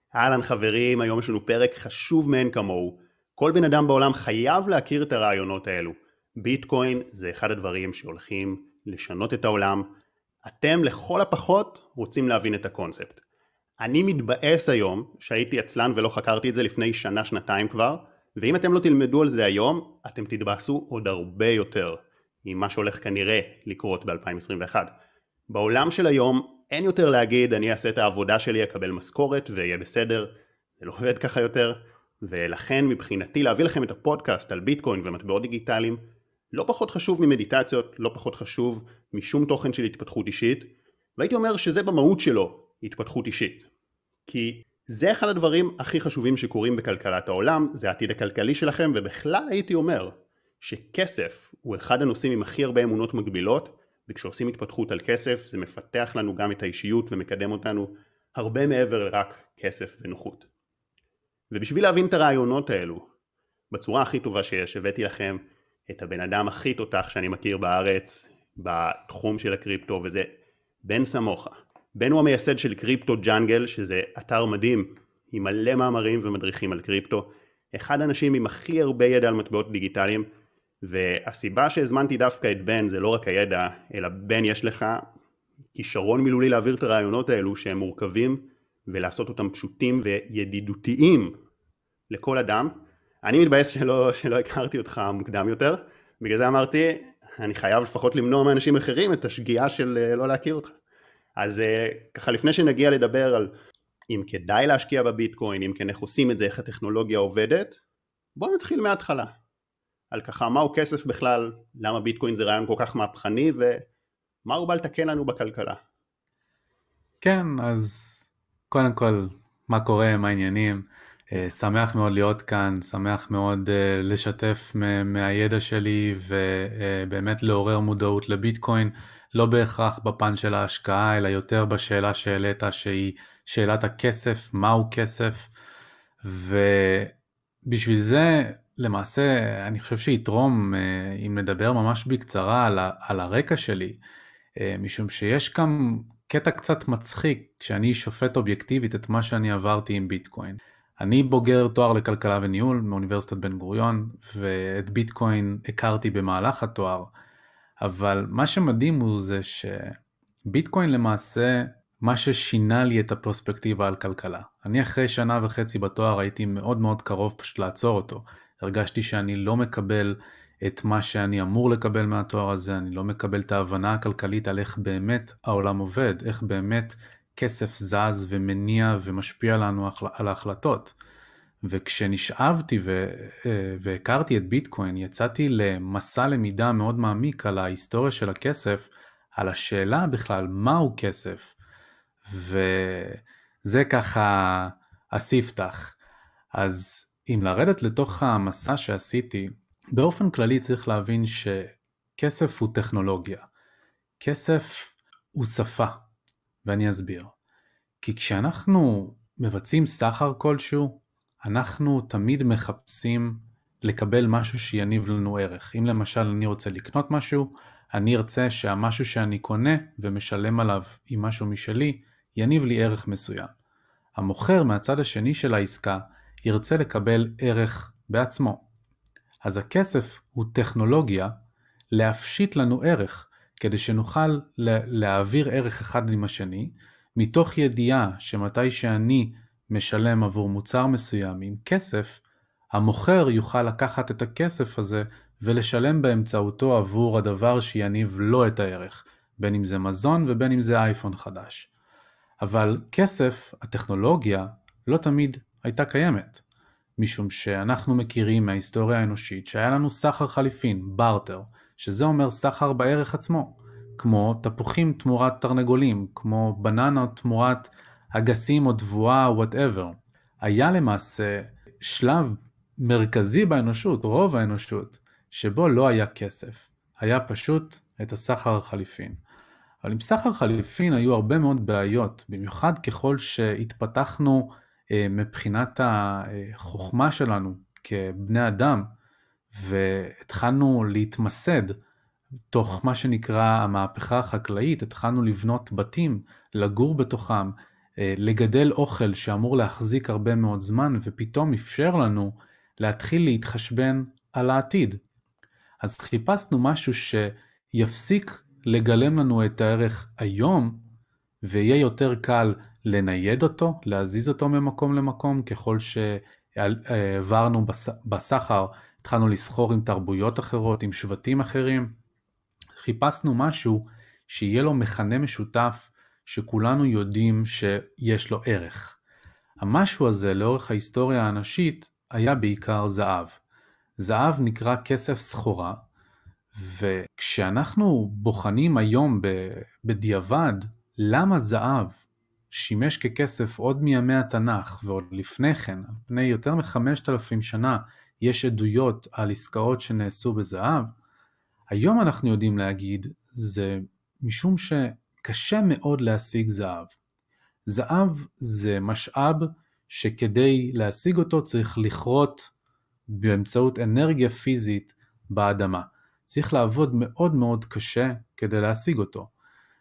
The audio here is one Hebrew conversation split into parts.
אהלן חברים, היום יש לנו פרק חשוב מאין כמוהו. כל בן אדם בעולם חייב להכיר את הרעיונות האלו. ביטקוין זה אחד הדברים שהולכים לשנות את העולם. אתם לכל הפחות רוצים להבין את הקונספט. אני מתבאס היום שהייתי עצלן ולא חקרתי את זה לפני שנה, שנתיים כבר, ואם אתם לא תלמדו על זה היום, אתם תתבאסו עוד הרבה יותר עם מה שהולך כנראה לקרות ב-2021. בעולם של היום אין יותר להגיד אני אעשה את העבודה שלי, אקבל משכורת ויהיה בסדר, זה לא עובד ככה יותר, ולכן מבחינתי להביא לכם את הפודקאסט על ביטקוין ומטבעות דיגיטליים לא פחות חשוב ממדיטציות, לא פחות חשוב משום תוכן של התפתחות אישית, והייתי אומר שזה במהות שלו התפתחות אישית, כי זה אחד הדברים הכי חשובים שקורים בכלכלת העולם, זה העתיד הכלכלי שלכם, ובכלל הייתי אומר שכסף הוא אחד הנושאים עם הכי הרבה אמונות מגבילות, וכשעושים התפתחות על כסף זה מפתח לנו גם את האישיות ומקדם אותנו הרבה מעבר לרק כסף ונוחות. ובשביל להבין את הרעיונות האלו בצורה הכי טובה שיש, הבאתי לכם את הבן אדם הכי תותח שאני מכיר בארץ בתחום של הקריפטו, וזה בן סמוכה. בן הוא המייסד של קריפטו ג'אנגל, שזה אתר מדהים עם מלא מאמרים ומדריכים על קריפטו, אחד האנשים עם הכי הרבה ידע על מטבעות דיגיטליים, והסיבה שהזמנתי דווקא את בן זה לא רק הידע, אלא בן יש לך כישרון מילולי להעביר את הרעיונות האלו שהם מורכבים ולעשות אותם פשוטים וידידותיים לכל אדם. אני מתבאס שלא הכרתי אותך מוקדם יותר, בגלל זה אמרתי אני חייב לפחות למנוע מאנשים אחרים את השגיאה של לא להכיר אותך. אז ככה לפני שנגיע לדבר על אם כדאי להשקיע בביטקוין, אם כן איך עושים את זה, איך הטכנולוגיה עובדת, בואו נתחיל מההתחלה. על ככה מהו כסף בכלל, למה ביטקוין זה רעיון כל כך מהפכני, ומה הוא בא לתקן לנו בכלכלה. כן, אז קודם כל, מה קורה, מה העניינים? שמח מאוד להיות כאן, שמח מאוד לשתף מהידע שלי, ובאמת לעורר מודעות לביטקוין, לא בהכרח בפן של ההשקעה, אלא יותר בשאלה שהעלית, שהיא שאלת הכסף, מהו כסף, ובשביל זה, למעשה, אני חושב שיתרום, אם נדבר ממש בקצרה על הרקע שלי, משום שיש כאן קטע קצת מצחיק כשאני שופט אובייקטיבית את מה שאני עברתי עם ביטקוין. אני בוגר תואר לכלכלה וניהול מאוניברסיטת בן גוריון, ואת ביטקוין הכרתי במהלך התואר, אבל מה שמדהים הוא זה שביטקוין למעשה מה ששינה לי את הפרספקטיבה על כלכלה. אני אחרי שנה וחצי בתואר הייתי מאוד מאוד קרוב פשוט לעצור אותו. הרגשתי שאני לא מקבל את מה שאני אמור לקבל מהתואר הזה, אני לא מקבל את ההבנה הכלכלית על איך באמת העולם עובד, איך באמת כסף זז ומניע ומשפיע לנו על ההחלטות. וכשנשאבתי והכרתי את ביטקוין, יצאתי למסע למידה מאוד מעמיק על ההיסטוריה של הכסף, על השאלה בכלל מהו כסף, וזה ככה הספתח. אז אם לרדת לתוך המסע שעשיתי, באופן כללי צריך להבין שכסף הוא טכנולוגיה. כסף הוא שפה, ואני אסביר. כי כשאנחנו מבצעים סחר כלשהו, אנחנו תמיד מחפשים לקבל משהו שיניב לנו ערך. אם למשל אני רוצה לקנות משהו, אני ארצה שהמשהו שאני קונה ומשלם עליו עם משהו משלי, יניב לי ערך מסוים. המוכר מהצד השני של העסקה ירצה לקבל ערך בעצמו. אז הכסף הוא טכנולוגיה להפשיט לנו ערך, כדי שנוכל להעביר ערך אחד עם השני, מתוך ידיעה שמתי שאני משלם עבור מוצר מסוים עם כסף, המוכר יוכל לקחת את הכסף הזה ולשלם באמצעותו עבור הדבר שיניב לו את הערך, בין אם זה מזון ובין אם זה אייפון חדש. אבל כסף, הטכנולוגיה, לא תמיד הייתה קיימת, משום שאנחנו מכירים מההיסטוריה האנושית שהיה לנו סחר חליפין, בארטר, שזה אומר סחר בערך עצמו, כמו תפוחים תמורת תרנגולים, כמו בננות תמורת אגסים או תבואה או whatever. היה למעשה שלב מרכזי באנושות, רוב האנושות, שבו לא היה כסף. היה פשוט את הסחר החליפין. אבל עם סחר חליפין היו הרבה מאוד בעיות, במיוחד ככל שהתפתחנו מבחינת החוכמה שלנו כבני אדם, והתחלנו להתמסד תוך מה שנקרא המהפכה החקלאית, התחלנו לבנות בתים, לגור בתוכם, לגדל אוכל שאמור להחזיק הרבה מאוד זמן, ופתאום אפשר לנו להתחיל להתחשבן על העתיד. אז חיפשנו משהו שיפסיק לגלם לנו את הערך היום, ויהיה יותר קל לנייד אותו, להזיז אותו ממקום למקום, ככל שעברנו בסחר, התחלנו לסחור עם תרבויות אחרות, עם שבטים אחרים. חיפשנו משהו שיהיה לו מכנה משותף, שכולנו יודעים שיש לו ערך. המשהו הזה לאורך ההיסטוריה האנושית היה בעיקר זהב. זהב נקרא כסף סחורה, וכשאנחנו בוחנים היום בדיעבד למה זהב שימש ככסף עוד מימי התנ"ך ועוד לפני כן, על פני יותר מ-5,000 שנה יש עדויות על עסקאות שנעשו בזהב, היום אנחנו יודעים להגיד זה משום שקשה מאוד להשיג זהב. זהב זה משאב שכדי להשיג אותו צריך לכרות באמצעות אנרגיה פיזית באדמה. צריך לעבוד מאוד מאוד קשה כדי להשיג אותו.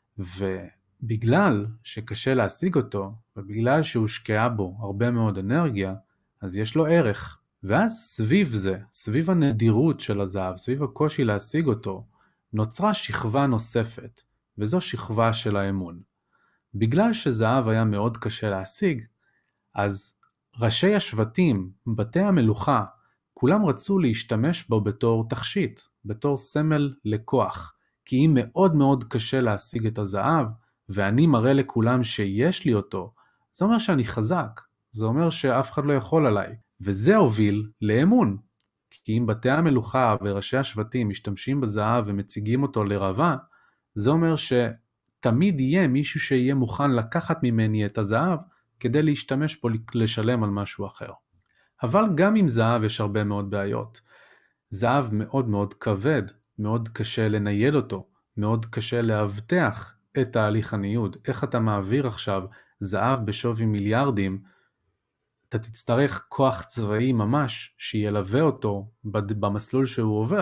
ובגלל שקשה להשיג אותו, ובגלל שהושקעה בו הרבה מאוד אנרגיה, אז יש לו ערך. ואז סביב זה, סביב הנדירות של הזהב, סביב הקושי להשיג אותו, נוצרה שכבה נוספת, וזו שכבה של האמון. בגלל שזהב היה מאוד קשה להשיג, אז ראשי השבטים, בתי המלוכה, כולם רצו להשתמש בו בתור תכשיט, בתור סמל לכוח, כי אם מאוד מאוד קשה להשיג את הזהב, ואני מראה לכולם שיש לי אותו, זה אומר שאני חזק, זה אומר שאף אחד לא יכול עליי, וזה הוביל לאמון, כי אם בתי המלוכה וראשי השבטים משתמשים בזהב ומציגים אותו לרבה, זה אומר שתמיד יהיה מישהו שיהיה מוכן לקחת ממני את הזהב, כדי להשתמש בו לשלם על משהו אחר. אבל גם עם זהב יש הרבה מאוד בעיות. זהב מאוד מאוד כבד, מאוד קשה לנייד אותו, מאוד קשה להבטח את תהליך הניוד. איך אתה מעביר עכשיו זהב בשווי מיליארדים, אתה תצטרך כוח צבאי ממש שילווה אותו במסלול שהוא עובר.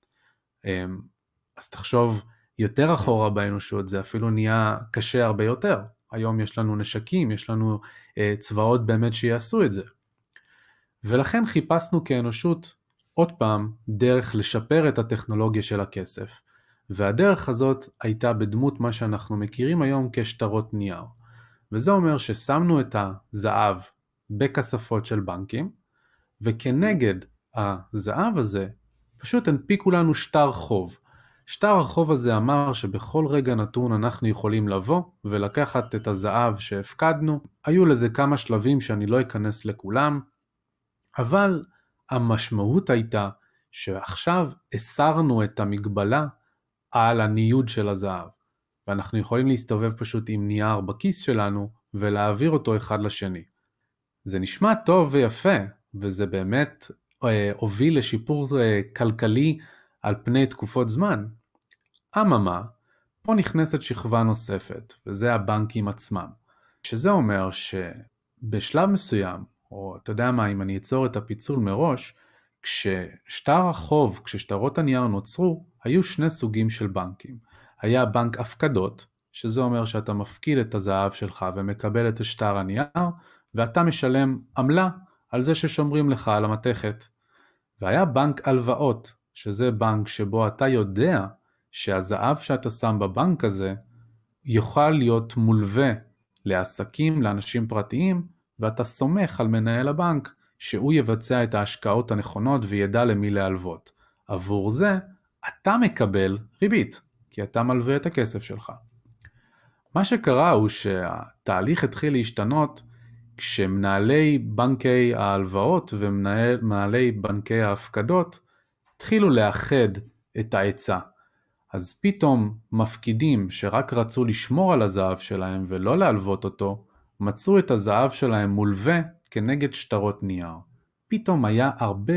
אז תחשוב יותר אחורה באנושות, זה אפילו נהיה קשה הרבה יותר. היום יש לנו נשקים, יש לנו צבאות באמת שיעשו את זה. ולכן חיפשנו כאנושות עוד פעם דרך לשפר את הטכנולוגיה של הכסף. והדרך הזאת הייתה בדמות מה שאנחנו מכירים היום כשטרות נייר. וזה אומר ששמנו את הזהב בכספות של בנקים, וכנגד הזהב הזה פשוט הנפיקו לנו שטר חוב. שטר החוב הזה אמר שבכל רגע נתון אנחנו יכולים לבוא ולקחת את הזהב שהפקדנו. היו לזה כמה שלבים שאני לא אכנס לכולם, אבל המשמעות הייתה שעכשיו הסרנו את המגבלה על הניוד של הזהב, ואנחנו יכולים להסתובב פשוט עם נייר בכיס שלנו ולהעביר אותו אחד לשני. זה נשמע טוב ויפה, וזה באמת הוביל לשיפור כלכלי על פני תקופות זמן. אממה, פה נכנסת שכבה נוספת, וזה הבנקים עצמם. שזה אומר שבשלב מסוים, או אתה יודע מה, אם אני אצור את הפיצול מראש, כששטר החוב, כששטרות הנייר נוצרו, היו שני סוגים של בנקים. היה בנק הפקדות, שזה אומר שאתה מפקיד את הזהב שלך ומקבל את שטר הנייר, ואתה משלם עמלה על זה ששומרים לך על המתכת. והיה בנק הלוואות, שזה בנק שבו אתה יודע שהזהב שאתה שם בבנק הזה יוכל להיות מולווה לעסקים, לאנשים פרטיים, ואתה סומך על מנהל הבנק שהוא יבצע את ההשקעות הנכונות וידע למי להלוות. עבור זה אתה מקבל ריבית, כי אתה מלווה את הכסף שלך. מה שקרה הוא שהתהליך התחיל להשתנות כשמנהלי בנקי ההלוואות ומנהלי בנקי ההפקדות התחילו לאחד את ההיצע. אז פתאום מפקידים שרק רצו לשמור על הזהב שלהם ולא להלוות אותו, מצאו את הזהב שלהם מולווה כנגד שטרות נייר. פתאום היה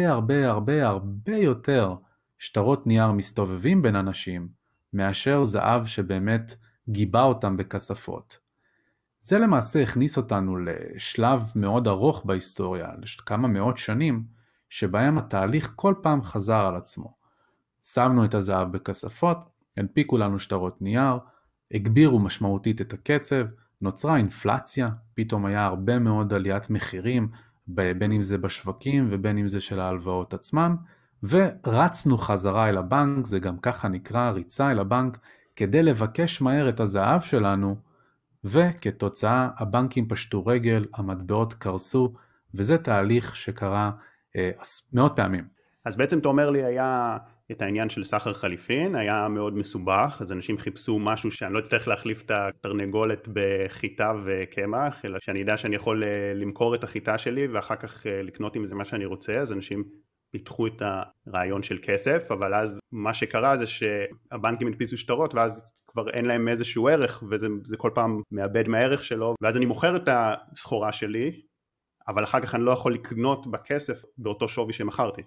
הרבה יותר שטרות נייר מסתובבים בין אנשים, מאשר זהב שבאמת גיבה אותם בכספות. זה למעשה הכניס אותנו לשלב מאוד ארוך בהיסטוריה, לכמה מאות שנים, שבהם התהליך כל פעם חזר על עצמו. שמנו את הזהב בכספות, הנפיקו לנו שטרות נייר, הגבירו משמעותית את הקצב, נוצרה אינפלציה, פתאום היה הרבה מאוד עליית מחירים, בין אם זה בשווקים ובין אם זה של ההלוואות עצמם, ורצנו חזרה אל הבנק, זה גם ככה נקרא ריצה אל הבנק, כדי לבקש מהר את הזהב שלנו, וכתוצאה הבנקים פשטו רגל, המטבעות קרסו, וזה תהליך שקרה מאות פעמים. אז בעצם אתה אומר לי היה את העניין של סחר חליפין, היה מאוד מסובך, אז אנשים חיפשו משהו שאני לא אצטרך להחליף את התרנגולת בחיטה וקמח, אלא שאני יודע שאני יכול למכור את החיטה שלי ואחר כך לקנות עם זה מה שאני רוצה, אז אנשים פיתחו את הרעיון של כסף, אבל אז מה שקרה זה שהבנקים הדפיסו שטרות ואז כבר אין להם איזשהו ערך וזה כל פעם מאבד מהערך שלו, ואז אני מוכר את הסחורה שלי, אבל אחר כך אני לא יכול לקנות בכסף באותו שווי שמכרתי.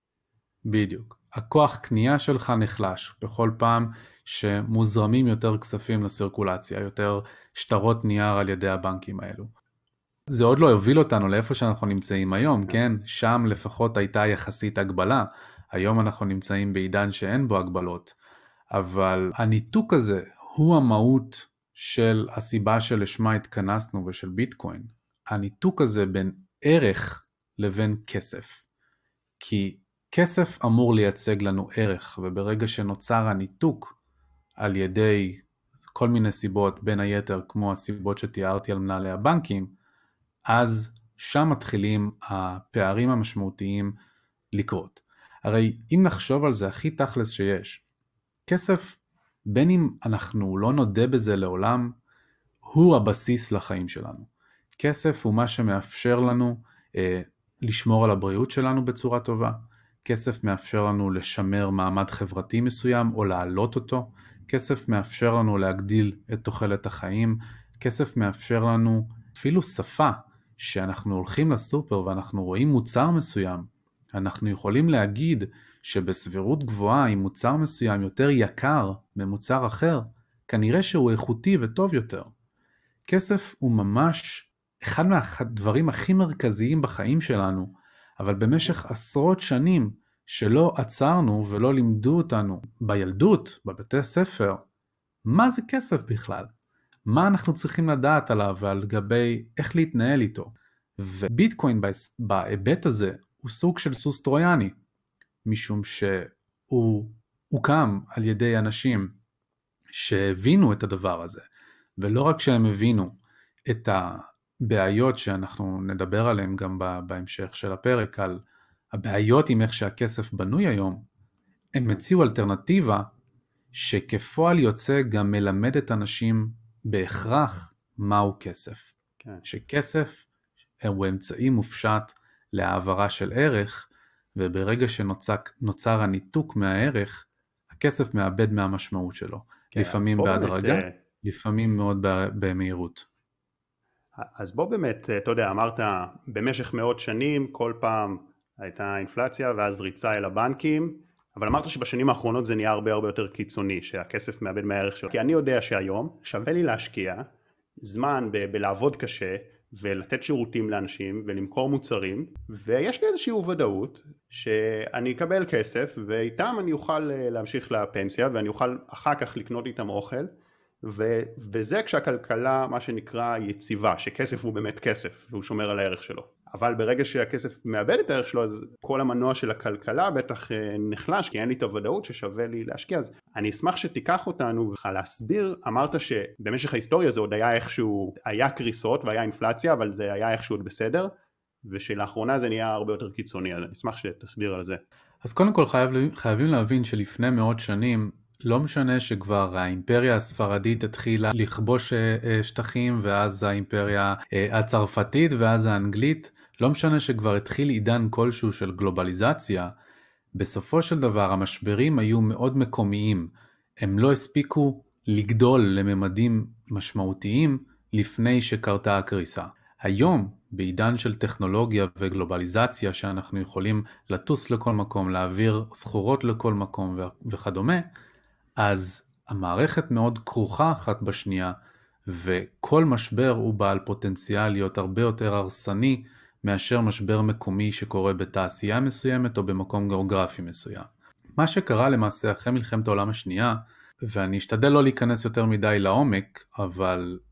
בדיוק. הכוח קנייה שלך נחלש בכל פעם שמוזרמים יותר כספים לסירקולציה, יותר שטרות נייר על ידי הבנקים האלו. זה עוד לא יוביל אותנו לאיפה שאנחנו נמצאים היום, כן? שם לפחות הייתה יחסית הגבלה. היום אנחנו נמצאים בעידן שאין בו הגבלות. אבל הניתוק הזה הוא המהות של הסיבה שלשמה התכנסנו ושל ביטקוין. הניתוק הזה בין ערך לבין כסף. כי כסף אמור לייצג לנו ערך, וברגע שנוצר הניתוק על ידי כל מיני סיבות, בין היתר כמו הסיבות שתיארתי על מנהלי הבנקים, אז שם מתחילים הפערים המשמעותיים לקרות. הרי אם נחשוב על זה הכי תכלס שיש, כסף, בין אם אנחנו לא נודה בזה לעולם, הוא הבסיס לחיים שלנו. כסף הוא מה שמאפשר לנו לשמור על הבריאות שלנו בצורה טובה, כסף מאפשר לנו לשמר מעמד חברתי מסוים או להעלות אותו, כסף מאפשר לנו להגדיל את תוחלת החיים, כסף מאפשר לנו אפילו שפה, שאנחנו הולכים לסופר ואנחנו רואים מוצר מסוים, אנחנו יכולים להגיד שבסבירות גבוהה אם מוצר מסוים יותר יקר ממוצר אחר, כנראה שהוא איכותי וטוב יותר. כסף הוא ממש אחד מהדברים הכי מרכזיים בחיים שלנו, אבל במשך עשרות שנים שלא עצרנו ולא לימדו אותנו בילדות, בבתי ספר, מה זה כסף בכלל? מה אנחנו צריכים לדעת עליו ועל גבי איך להתנהל איתו? וביטקוין בהיבט הזה הוא סוג של סוס טרויאני, משום שהוא הוקם על ידי אנשים שהבינו את הדבר הזה, ולא רק שהם הבינו את הבעיות שאנחנו נדבר עליהן גם בהמשך של הפרק, על הבעיות עם איך שהכסף בנוי היום, הם הציעו אלטרנטיבה שכפועל יוצא גם מלמד את אנשים בהכרח מהו כסף. כן. שכסף הוא אמצעי מופשט להעברה של ערך, וברגע שנוצר הניתוק מהערך, הכסף מאבד מהמשמעות שלו. כן, לפעמים בהדרגה, לפעמים מאוד במהירות. אז בוא באמת, אתה יודע, אמרת במשך מאות שנים, כל פעם הייתה אינפלציה ואז ריצה אל הבנקים, אבל אמרת שבשנים האחרונות זה נהיה הרבה יותר קיצוני, שהכסף מאבד מהערך שלו. כי אני יודע שהיום שווה לי להשקיע זמן בלעבוד קשה, ולתת שירותים לאנשים ולמכור מוצרים, ויש לי איזושהי ודאות שאני אקבל כסף ואיתם אני אוכל להמשיך לפנסיה ואני אוכל אחר כך לקנות איתם אוכל, וזה כשהכלכלה מה שנקרא יציבה, שכסף הוא באמת כסף והוא שומר על הערך שלו. אבל ברגע שהכסף מאבד את הערך שלו, אז כל המנוע של הכלכלה בטח נחלש, כי אין לי את הוודאות ששווה לי להשקיע. אז אני אשמח שתיקח אותנו להסביר. אמרת שבמשך ההיסטוריה זה עוד היה איכשהו, היה קריסות והיה אינפלציה, אבל זה היה איכשהו עוד בסדר, ושלאחרונה זה נהיה הרבה יותר קיצוני, אז אני אשמח שתסביר על זה. אז קודם כל חייבים להבין שלפני מאות שנים, לא משנה שכבר האימפריה הספרדית התחילה לכבוש שטחים, ואז האימפריה הצרפתית ואז האנגלית, לא משנה שכבר התחיל עידן כלשהו של גלובליזציה, בסופו של דבר המשברים היו מאוד מקומיים, הם לא הספיקו לגדול לממדים משמעותיים לפני שקרתה הקריסה. היום, בעידן של טכנולוגיה וגלובליזציה שאנחנו יכולים לטוס לכל מקום, להעביר סחורות לכל מקום וכדומה, אז המערכת מאוד כרוכה אחת בשנייה, וכל משבר הוא בעל פוטנציאל להיות הרבה יותר הרסני מאשר משבר מקומי שקורה בתעשייה מסוימת או במקום גיאוגרפי מסוים. מה שקרה למעשה אחרי מלחמת העולם השנייה, ואני אשתדל לא להיכנס יותר מדי לעומק, אבל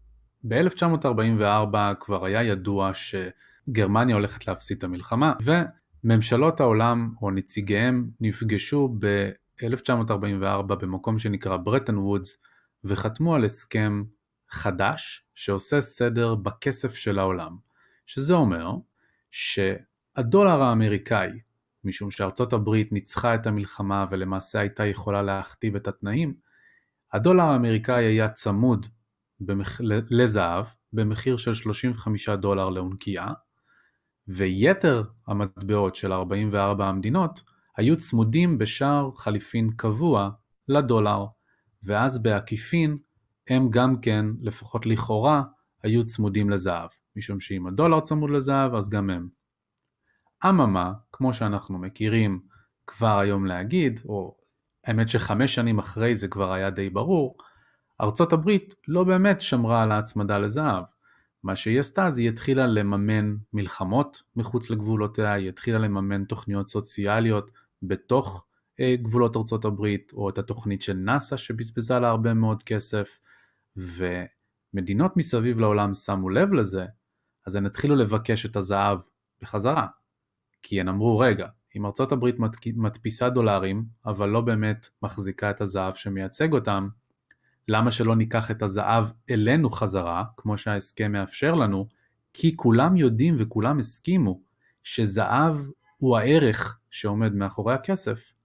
ב-1944 כבר היה ידוע שגרמניה הולכת להפסיד את המלחמה, וממשלות העולם או נציגיהם נפגשו ב-1944 במקום שנקרא ברטון וודס, וחתמו על הסכם חדש שעושה סדר בכסף של העולם, שזה אומר שהדולר האמריקאי, משום שארצות הברית ניצחה את המלחמה ולמעשה הייתה יכולה להכתיב את התנאים, הדולר האמריקאי היה צמוד לזהב במחיר של $35 לאונקייה, ויתר המטבעות של 44 המדינות היו צמודים בשער חליפין קבוע לדולר, ואז בעקיפין הם גם כן, לפחות לכאורה, היו צמודים לזהב, משום שאם הדולר צמוד לזהב אז גם הם. אממה, כמו שאנחנו מכירים כבר היום להגיד, או האמת ש5 שנים אחרי זה כבר היה די ברור, ארצות הברית לא באמת שמרה על ההצמדה לזהב. מה שהיא עשתה זה היא התחילה לממן מלחמות מחוץ לגבולותיה, היא התחילה לממן תוכניות סוציאליות בתוך גבולות ארצות הברית, או את התוכנית של נאסא שבזבזה לה הרבה מאוד כסף, ומדינות מסביב לעולם שמו לב לזה, אז הן התחילו לבקש את הזהב בחזרה. כי הן אמרו, רגע, אם ארצות הברית מדפיסה דולרים, אבל לא באמת מחזיקה את הזהב שמייצג אותם, למה שלא ניקח את הזהב אלינו חזרה, כמו שההסכם מאפשר לנו, כי כולם יודעים וכולם הסכימו שזהב הוא הערך שעומד מאחורי הכסף.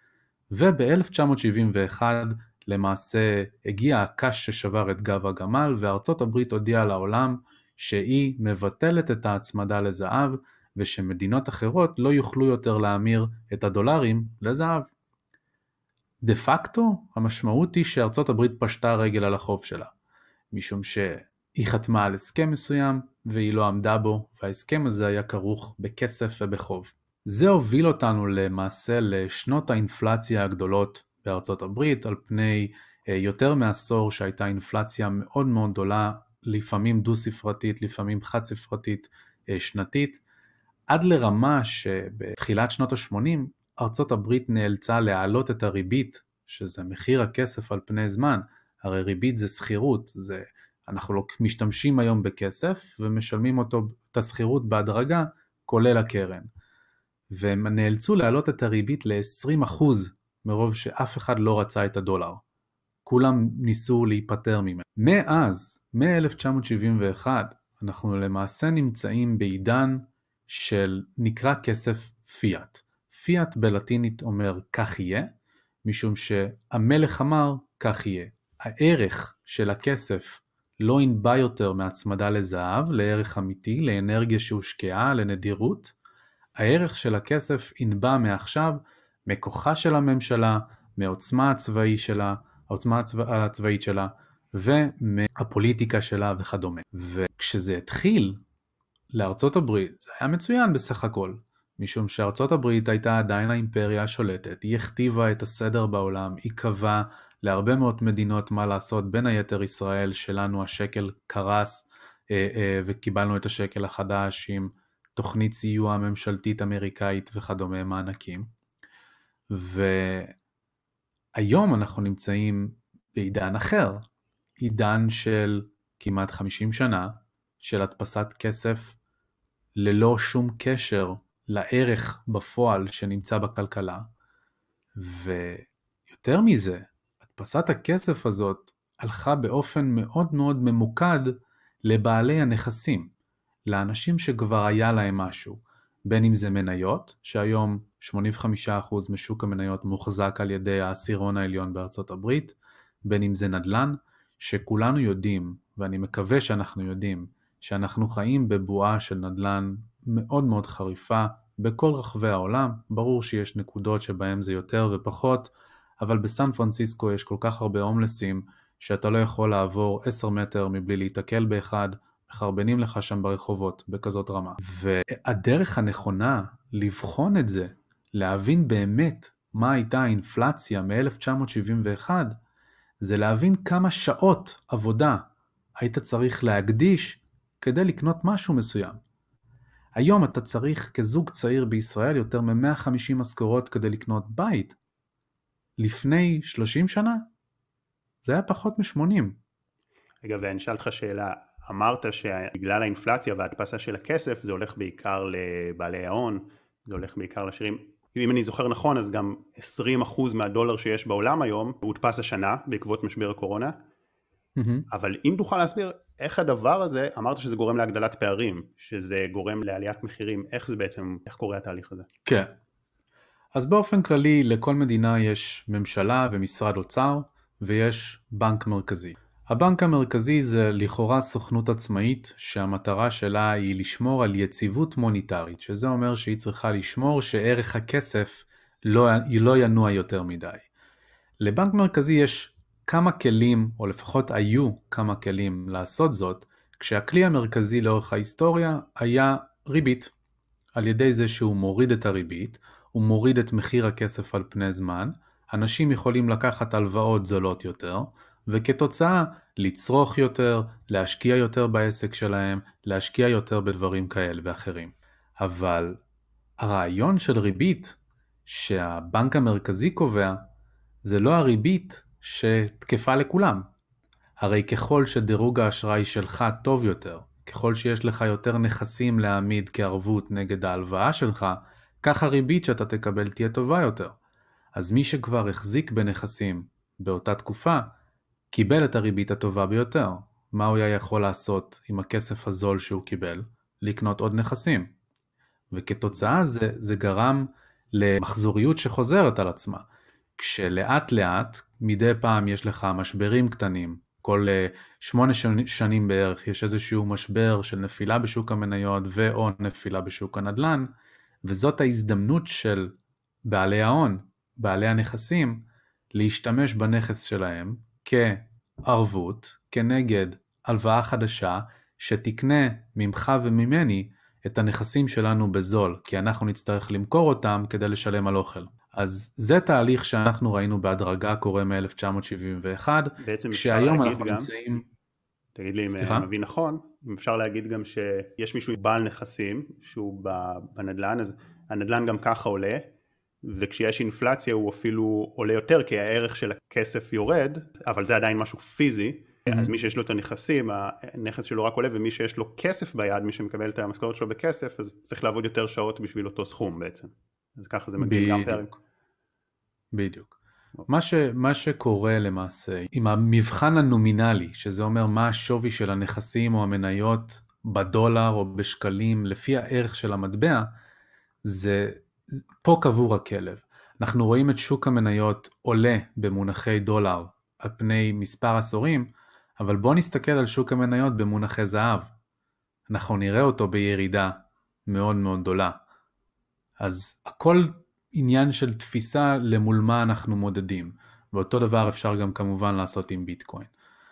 וב-1971 למעשה הגיע הקש ששבר את גב הגמל, וארצות הברית הודיעה לעולם שהיא מבטלת את ההצמדה לזהב, ושמדינות אחרות לא יוכלו יותר להמיר את הדולרים לזהב. דה פקטו, המשמעות היא שארצות הברית פשטה רגל על החוב שלה, משום שהיא חתמה על הסכם מסוים והיא לא עמדה בו, וההסכם הזה היה כרוך בכסף ובחוב. זה הוביל אותנו למעשה לשנות האינפלציה הגדולות בארצות הברית, על פני יותר מעשור שהייתה אינפלציה מאוד מאוד גדולה, לפעמים דו-ספרתית, לפעמים חד-ספרתית שנתית, עד לרמה שבתחילת שנות ה-80 ארצות הברית נאלצה להעלות את הריבית, שזה מחיר הכסף על פני זמן, הרי ריבית זה סחירות, אנחנו לא משתמשים היום בכסף ומשלמים אותו את הסחירות בהדרגה, כולל הקרן. והם נאלצו להעלות את הריבית ל-20% מרוב שאף אחד לא רצה את הדולר. כולם ניסו להיפטר ממנו. מאז, מ-1971, אנחנו למעשה נמצאים בעידן של נקרא כסף פיאט. פיאט בלטינית אומר כך יהיה, משום שהמלך אמר כך יהיה. הערך של הכסף לא ינבע יותר מהצמדה לזהב, לערך אמיתי, לאנרגיה שהושקעה, לנדירות. הערך של הכסף ינבע מעכשיו מכוחה של הממשלה, מעוצמה הצבאית שלה, ומהפוליטיקה שלה וכדומה. וכשזה התחיל לארצות הברית, זה היה מצוין בסך הכל, משום שארצות הברית הייתה עדיין האימפריה השולטת, היא הכתיבה את הסדר בעולם, היא קבעה להרבה מאוד מדינות מה לעשות, בין היתר ישראל שלנו השקל קרס, וקיבלנו את השקל החדש עם תוכנית סיוע ממשלתית אמריקאית וכדומה, מענקים. והיום אנחנו נמצאים בעידן אחר, עידן של כמעט 50 שנה, של הדפסת כסף ללא שום קשר לערך בפועל שנמצא בכלכלה, ויותר מזה, הדפסת הכסף הזאת הלכה באופן מאוד מאוד ממוקד לבעלי הנכסים, לאנשים שכבר היה להם משהו, בין אם זה מניות, שהיום 85% משוק המניות מוחזק על ידי העשירון העליון בארצות הברית, בין אם זה נדל"ן, שכולנו יודעים, ואני מקווה שאנחנו יודעים, שאנחנו חיים בבועה של נדל"ן מאוד מאוד חריפה בכל רחבי העולם. ברור שיש נקודות שבהם זה יותר ופחות, אבל בסן פרנסיסקו יש כל כך הרבה הומלסים שאתה לא יכול לעבור 10 מטר מבלי להתקל באחד, מחרבנים לך שם ברחובות בכזאת רמה. והדרך הנכונה לבחון את זה, להבין באמת מה הייתה האינפלציה מ-1971, זה להבין כמה שעות עבודה היית צריך להקדיש כדי לקנות משהו מסוים. היום אתה צריך כזוג צעיר בישראל יותר מ-150 משכורות כדי לקנות בית. לפני 30 שנה זה היה פחות מ-80. רגע, ואני שאל לך שאלה, אמרת שבגלל האינפלציה וההדפסה של הכסף זה הולך בעיקר לבעלי ההון, זה הולך בעיקר לעשירים. אם אני זוכר נכון, אז גם 20% מהדולר שיש בעולם היום הודפס השנה בעקבות משבר הקורונה. אבל אם תוכל להסביר איך הדבר הזה, אמרת שזה גורם להגדלת פערים, שזה גורם לעליית מחירים, איך זה בעצם, איך קורה התהליך הזה? כן. אז באופן כללי לכל מדינה יש ממשלה ומשרד אוצר ויש בנק מרכזי. הבנק המרכזי זה לכאורה סוכנות עצמאית שהמטרה שלה היא לשמור על יציבות מוניטרית, שזה אומר שהיא צריכה לשמור שערך הכסף לא ינוע יותר מדי. לבנק מרכזי יש כמה כלים, או לפחות היו כמה כלים לעשות זאת, כשהכלי המרכזי לאורך ההיסטוריה היה ריבית. על ידי זה שהוא מוריד את הריבית, הוא מוריד את מחיר הכסף על פני זמן, אנשים יכולים לקחת הלוואות זולות יותר, וכתוצאה לצרוך יותר, להשקיע יותר בעסק שלהם, להשקיע יותר בדברים כאלה ואחרים. אבל הרעיון של ריבית שהבנק המרכזי קובע, זה לא הריבית שתקפה לכולם. הרי ככל שדירוג האשראי שלך טוב יותר, ככל שיש לך יותר נכסים להעמיד כערבות נגד ההלוואה שלך, כך הריבית שאתה תקבל תהיה טובה יותר. אז מי שכבר החזיק בנכסים באותה תקופה, קיבל את הריבית הטובה ביותר. מה הוא היה יכול לעשות עם הכסף הזול שהוא קיבל? לקנות עוד נכסים. וכתוצאה זה גרם למחזוריות שחוזרת על עצמה. כשלאט לאט, מדי פעם יש לך משברים קטנים, כל 8 שנים בערך יש איזשהו משבר של נפילה בשוק המניות ואו נפילה בשוק הנדל"ן, וזאת ההזדמנות של בעלי ההון, בעלי הנכסים, להשתמש בנכס שלהם כערבות, כנגד הלוואה חדשה, שתקנה ממך וממני את הנכסים שלנו בזול, כי אנחנו נצטרך למכור אותם כדי לשלם על אוכל. אז זה תהליך שאנחנו ראינו בהדרגה קורה מ-1971, כשהיום אנחנו נמצאים... תגיד לי אם אני מבין נכון, אם אפשר להגיד גם שיש מישהו בעל נכסים שהוא בנדל"ן, אז הנדל"ן גם ככה עולה, וכשיש אינפלציה הוא אפילו עולה יותר, כי הערך של הכסף יורד, אבל זה עדיין משהו פיזי, אז מי שיש לו את הנכסים, הנכס שלו רק עולה, ומי שיש לו כסף ביד, מי שמקבל את המשכורת שלו בכסף, אז צריך לעבוד יותר שעות בשביל אותו סכום בעצם. אז ככה זה מגיע גם פערים. בדיוק. מה שקורה למעשה, עם המבחן הנומינלי, שזה אומר מה השווי של הנכסים או המניות בדולר או בשקלים, לפי הערך של המטבע, זה פה קבור הכלב. אנחנו רואים את שוק המניות עולה במונחי דולר על פני מספר עשורים, אבל בוא נסתכל על שוק המניות במונחי זהב. אנחנו נראה אותו בירידה מאוד מאוד גדולה. אז הכל עניין של תפיסה למול מה אנחנו מודדים, ואותו דבר אפשר גם כמובן לעשות עם ביטקוין.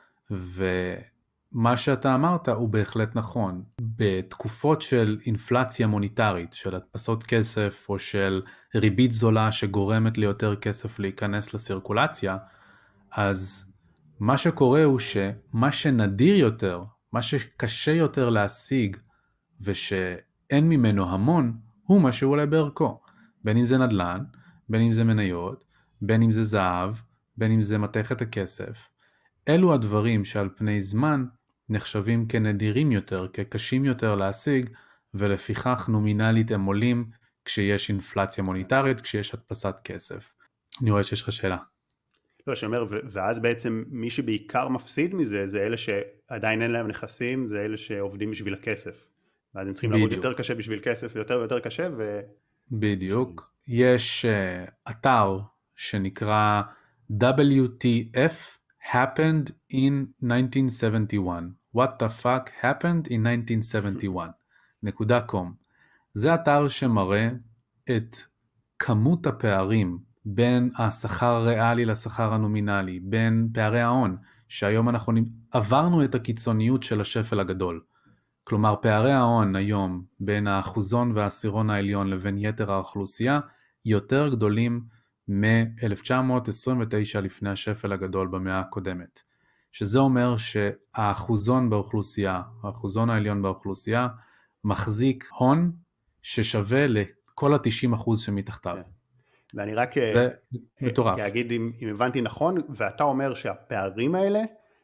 ומה שאתה אמרת הוא בהחלט נכון. בתקופות של אינפלציה מוניטרית, של הדפסות כסף או של ריבית זולה שגורמת ליותר כסף להיכנס לסירקולציה, אז מה שקורה הוא שמה שנדיר יותר, מה שקשה יותר להשיג ושאין ממנו המון, הוא מה שהוא עולה בערכו. בין אם זה נדל"ן, בין אם זה מניות, בין אם זה זהב, בין אם זה מתכת הכסף. אלו הדברים שעל פני זמן נחשבים כנדירים יותר, כקשים יותר להשיג, ולפיכך נומינלית הם עולים כשיש אינפלציה מוניטרית, כשיש הדפסת כסף. אני רואה שיש לך שאלה. לא, שאומר, ואז בעצם מי שבעיקר מפסיד מזה, זה אלה שעדיין אין להם נכסים, זה אלה שעובדים בשביל הכסף. ואז הם צריכים לעבוד יותר קשה בשביל כסף, ויותר ויותר קשה, בדיוק. יש אתר שנקרא WTF happened in 1971. What the fuck happened in 1971.com. זה אתר שמראה את כמות הפערים בין השכר הריאלי לשכר הנומינלי, בין פערי ההון, שהיום אנחנו עברנו את הקיצוניות של השפל הגדול. כלומר, פערי ההון היום בין האחוזון והעשירון העליון לבין יתר האוכלוסייה יותר גדולים מ-1929 לפני השפל הגדול במאה הקודמת. שזה אומר שהאחוזון באוכלוסייה, האחוזון העליון באוכלוסייה, מחזיק הון ששווה לכל ה-90% שמתחתיו. ואני רק זה מטורף. אגיד אם הבנתי נכון, ואתה אומר שהפערים האלה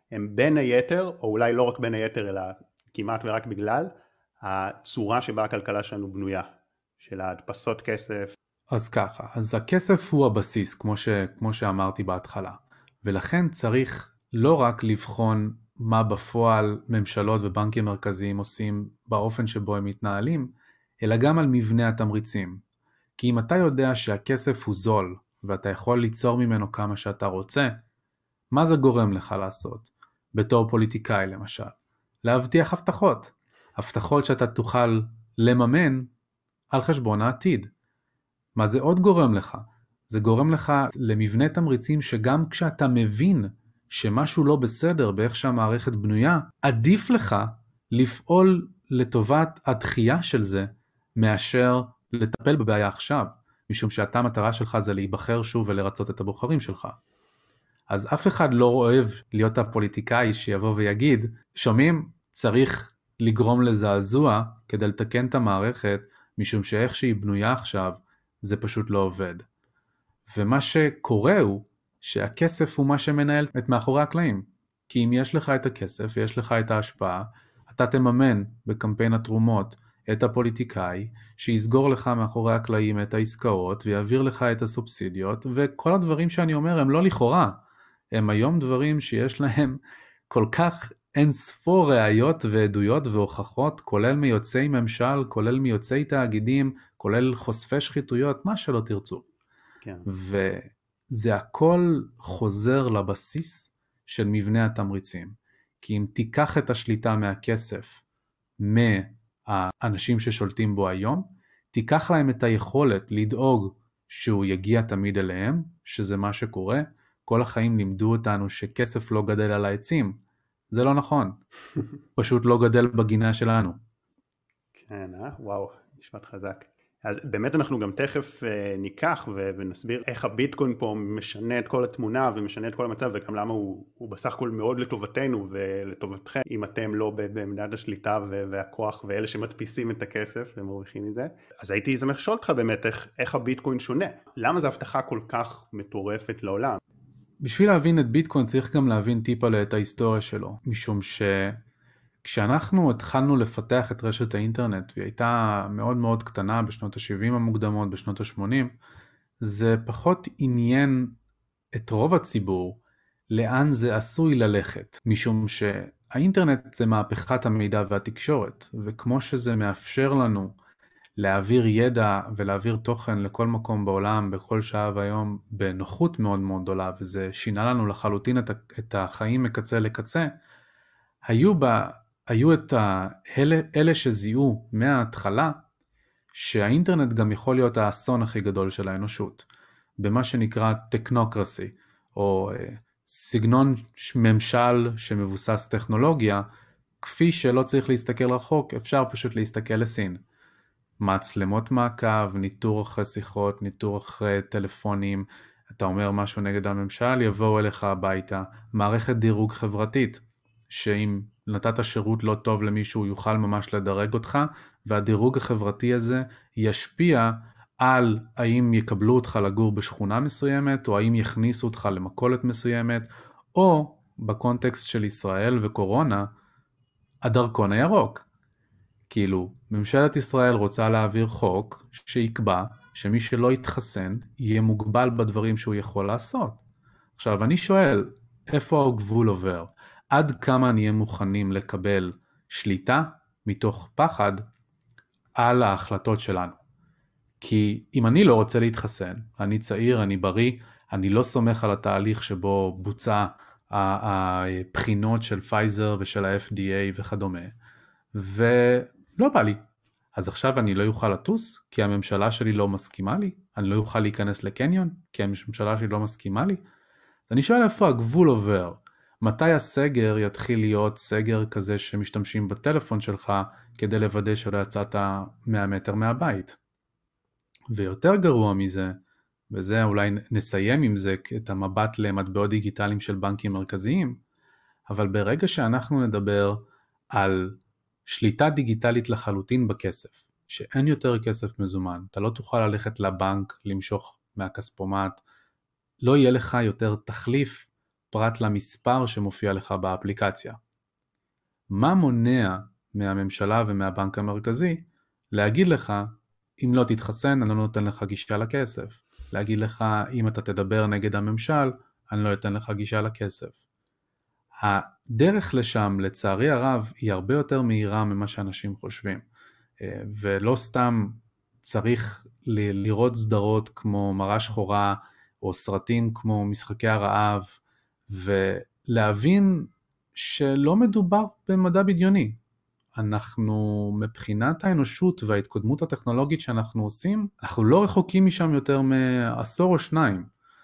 הם בין היתר, או אולי לא רק בין היתר, אלא כמעט ורק בגלל הצורה שבה הכלכלה שלנו בנויה, של ההדפסות כסף. אז ככה, אז הכסף הוא הבסיס, כמו שאמרתי בהתחלה, ולכן צריך לא רק לבחון מה בפועל ממשלות ובנקים מרכזיים עושים באופן שבו הם מתנהלים, אלא גם על מבנה התמריצים. כי אם אתה יודע שהכסף הוא זול, ואתה יכול ליצור ממנו כמה שאתה רוצה, מה זה גורם לך לעשות? בתור פוליטיקאי למשל, להבטיח הבטחות. הבטחות שאתה תוכל לממן על חשבון העתיד. מה זה עוד גורם לך? זה גורם לך למבנה תמריצים שגם כשאתה מבין שמשהו לא בסדר באיך שהמערכת בנויה, עדיף לך לפעול לטובת הדחייה של זה, מאשר לטפל בבעיה עכשיו, משום שאתה המטרה שלך זה להיבחר שוב ולרצות את הבוחרים שלך. אז אף אחד לא אוהב להיות הפוליטיקאי שיבוא ויגיד, שומעים, צריך לגרום לזעזוע כדי לתקן את המערכת, משום שאיך שהיא בנויה עכשיו, זה פשוט לא עובד. ומה שקורה הוא שהכסף הוא מה שמנהל את מאחורי הקלעים. כי אם יש לך את הכסף ויש לך את ההשפעה, אתה תממן בקמפיין התרומות את הפוליטיקאי, שיסגור לך מאחורי הקלעים את העסקאות, ויעביר לך את הסובסידיות, וכל הדברים שאני אומר הם לא לכאורה, הם היום דברים שיש להם כל כך אין ספור ראיות ועדויות והוכחות, כולל מיוצאי ממשל, כולל מיוצאי תאגידים, כולל חושפי שחיתויות, מה שלא תרצו. כן. וזה הכל חוזר לבסיס של מבנה התמריצים. כי אם תיקח את השליטה מהכסף, מהאנשים ששולטים בו היום, תיקח להם את היכולת לדאוג שהוא יגיע תמיד אליהם, שזה מה שקורה. כל החיים לימדו אותנו שכסף לא גדל על העצים. זה לא נכון. פשוט לא גדל בגינה שלנו. כן, וואו, משפט חזק. אז באמת אנחנו גם תכף ניקח ונסביר איך הביטקוין פה משנה את כל התמונה ומשנה את כל המצב, וגם למה הוא בסך הכל מאוד לטובתנו ולטובתכם, אם אתם לא בעמדת השליטה והכוח ואלה שמדפיסים את הכסף ומרוויחים מזה. אז הייתי שמח לשאול אותך באמת איך הביטקוין שונה. למה זו הבטחה כל כך מטורפת לעולם? בשביל להבין את ביטקוין צריך גם להבין טיפה את ההיסטוריה שלו, משום כשאנחנו התחלנו לפתח את רשת האינטרנט, והיא הייתה מאוד מאוד קטנה בשנות ה-70 המוקדמות, בשנות ה-80, זה פחות עניין את רוב הציבור לאן זה עשוי ללכת, משום שהאינטרנט זה מהפכת המידע והתקשורת, וכמו שזה מאפשר לנו להעביר ידע ולהעביר תוכן לכל מקום בעולם, בכל שעה והיום, בנוחות מאוד מאוד גדולה, וזה שינה לנו לחלוטין את החיים מקצה לקצה, היו את אלה שזיהו מההתחלה, שהאינטרנט גם יכול להיות האסון הכי גדול של האנושות, במה שנקרא טכנוקרסי, או סגנון ממשל שמבוסס טכנולוגיה, כפי שלא צריך להסתכל רחוק, אפשר פשוט להסתכל לסין. מצלמות מעקב, ניטור אחרי שיחות, ניטור אחרי טלפונים, אתה אומר משהו נגד הממשל, יבואו אליך הביתה, מערכת דירוג חברתית, שאם נתת שירות לא טוב למישהו, יוכל ממש לדרג אותך, והדירוג החברתי הזה ישפיע על האם יקבלו אותך לגור בשכונה מסוימת, או האם יכניסו אותך למכולת מסוימת, או בקונטקסט של ישראל וקורונה, הדרכון הירוק. כאילו, ממשלת ישראל רוצה להעביר חוק שיקבע שמי שלא יתחסן יהיה מוגבל בדברים שהוא יכול לעשות. עכשיו, אני שואל, איפה הגבול עובר? עד כמה נהיה מוכנים לקבל שליטה מתוך פחד על ההחלטות שלנו? כי אם אני לא רוצה להתחסן, אני צעיר, אני בריא, אני לא סומך על התהליך שבו בוצע הבחינות של פייזר ושל ה-FDA וכדומה, ולא בא לי. אז עכשיו אני לא יוכל לטוס, כי הממשלה שלי לא מסכימה לי? אני לא יוכל להיכנס לקניון, כי הממשלה שלי לא מסכימה לי? אני שואל איפה הגבול עובר? מתי הסגר יתחיל להיות סגר כזה שמשתמשים בטלפון שלך, כדי לוודא שלא יצאת 100 מטר מהבית? ויותר גרוע מזה, וזה אולי נסיים עם זה, את המבט למטבעות דיגיטליים של בנקים מרכזיים, אבל ברגע שאנחנו נדבר על שליטה דיגיטלית לחלוטין בכסף, שאין יותר כסף מזומן, אתה לא תוכל ללכת לבנק למשוך מהכספומט, לא יהיה לך יותר תחליף פרט למספר שמופיע לך באפליקציה. מה מונע מהממשלה ומהבנק המרכזי להגיד לך, אם לא תתחסן, אני לא נותן לך גישה לכסף. להגיד לך, אם אתה תדבר נגד הממשל, אני לא אתן לך גישה לכסף. הדרך לשם, לצערי הרב, היא הרבה יותר מהירה ממה שאנשים חושבים. ולא סתם צריך לראות סדרות כמו מראה שחורה, או סרטים כמו משחקי הרעב, ולהבין שלא מדובר במדע בדיוני. אנחנו, מבחינת האנושות וההתקדמות הטכנולוגית שאנחנו עושים, אנחנו לא רחוקים משם יותר מעשור או שניים.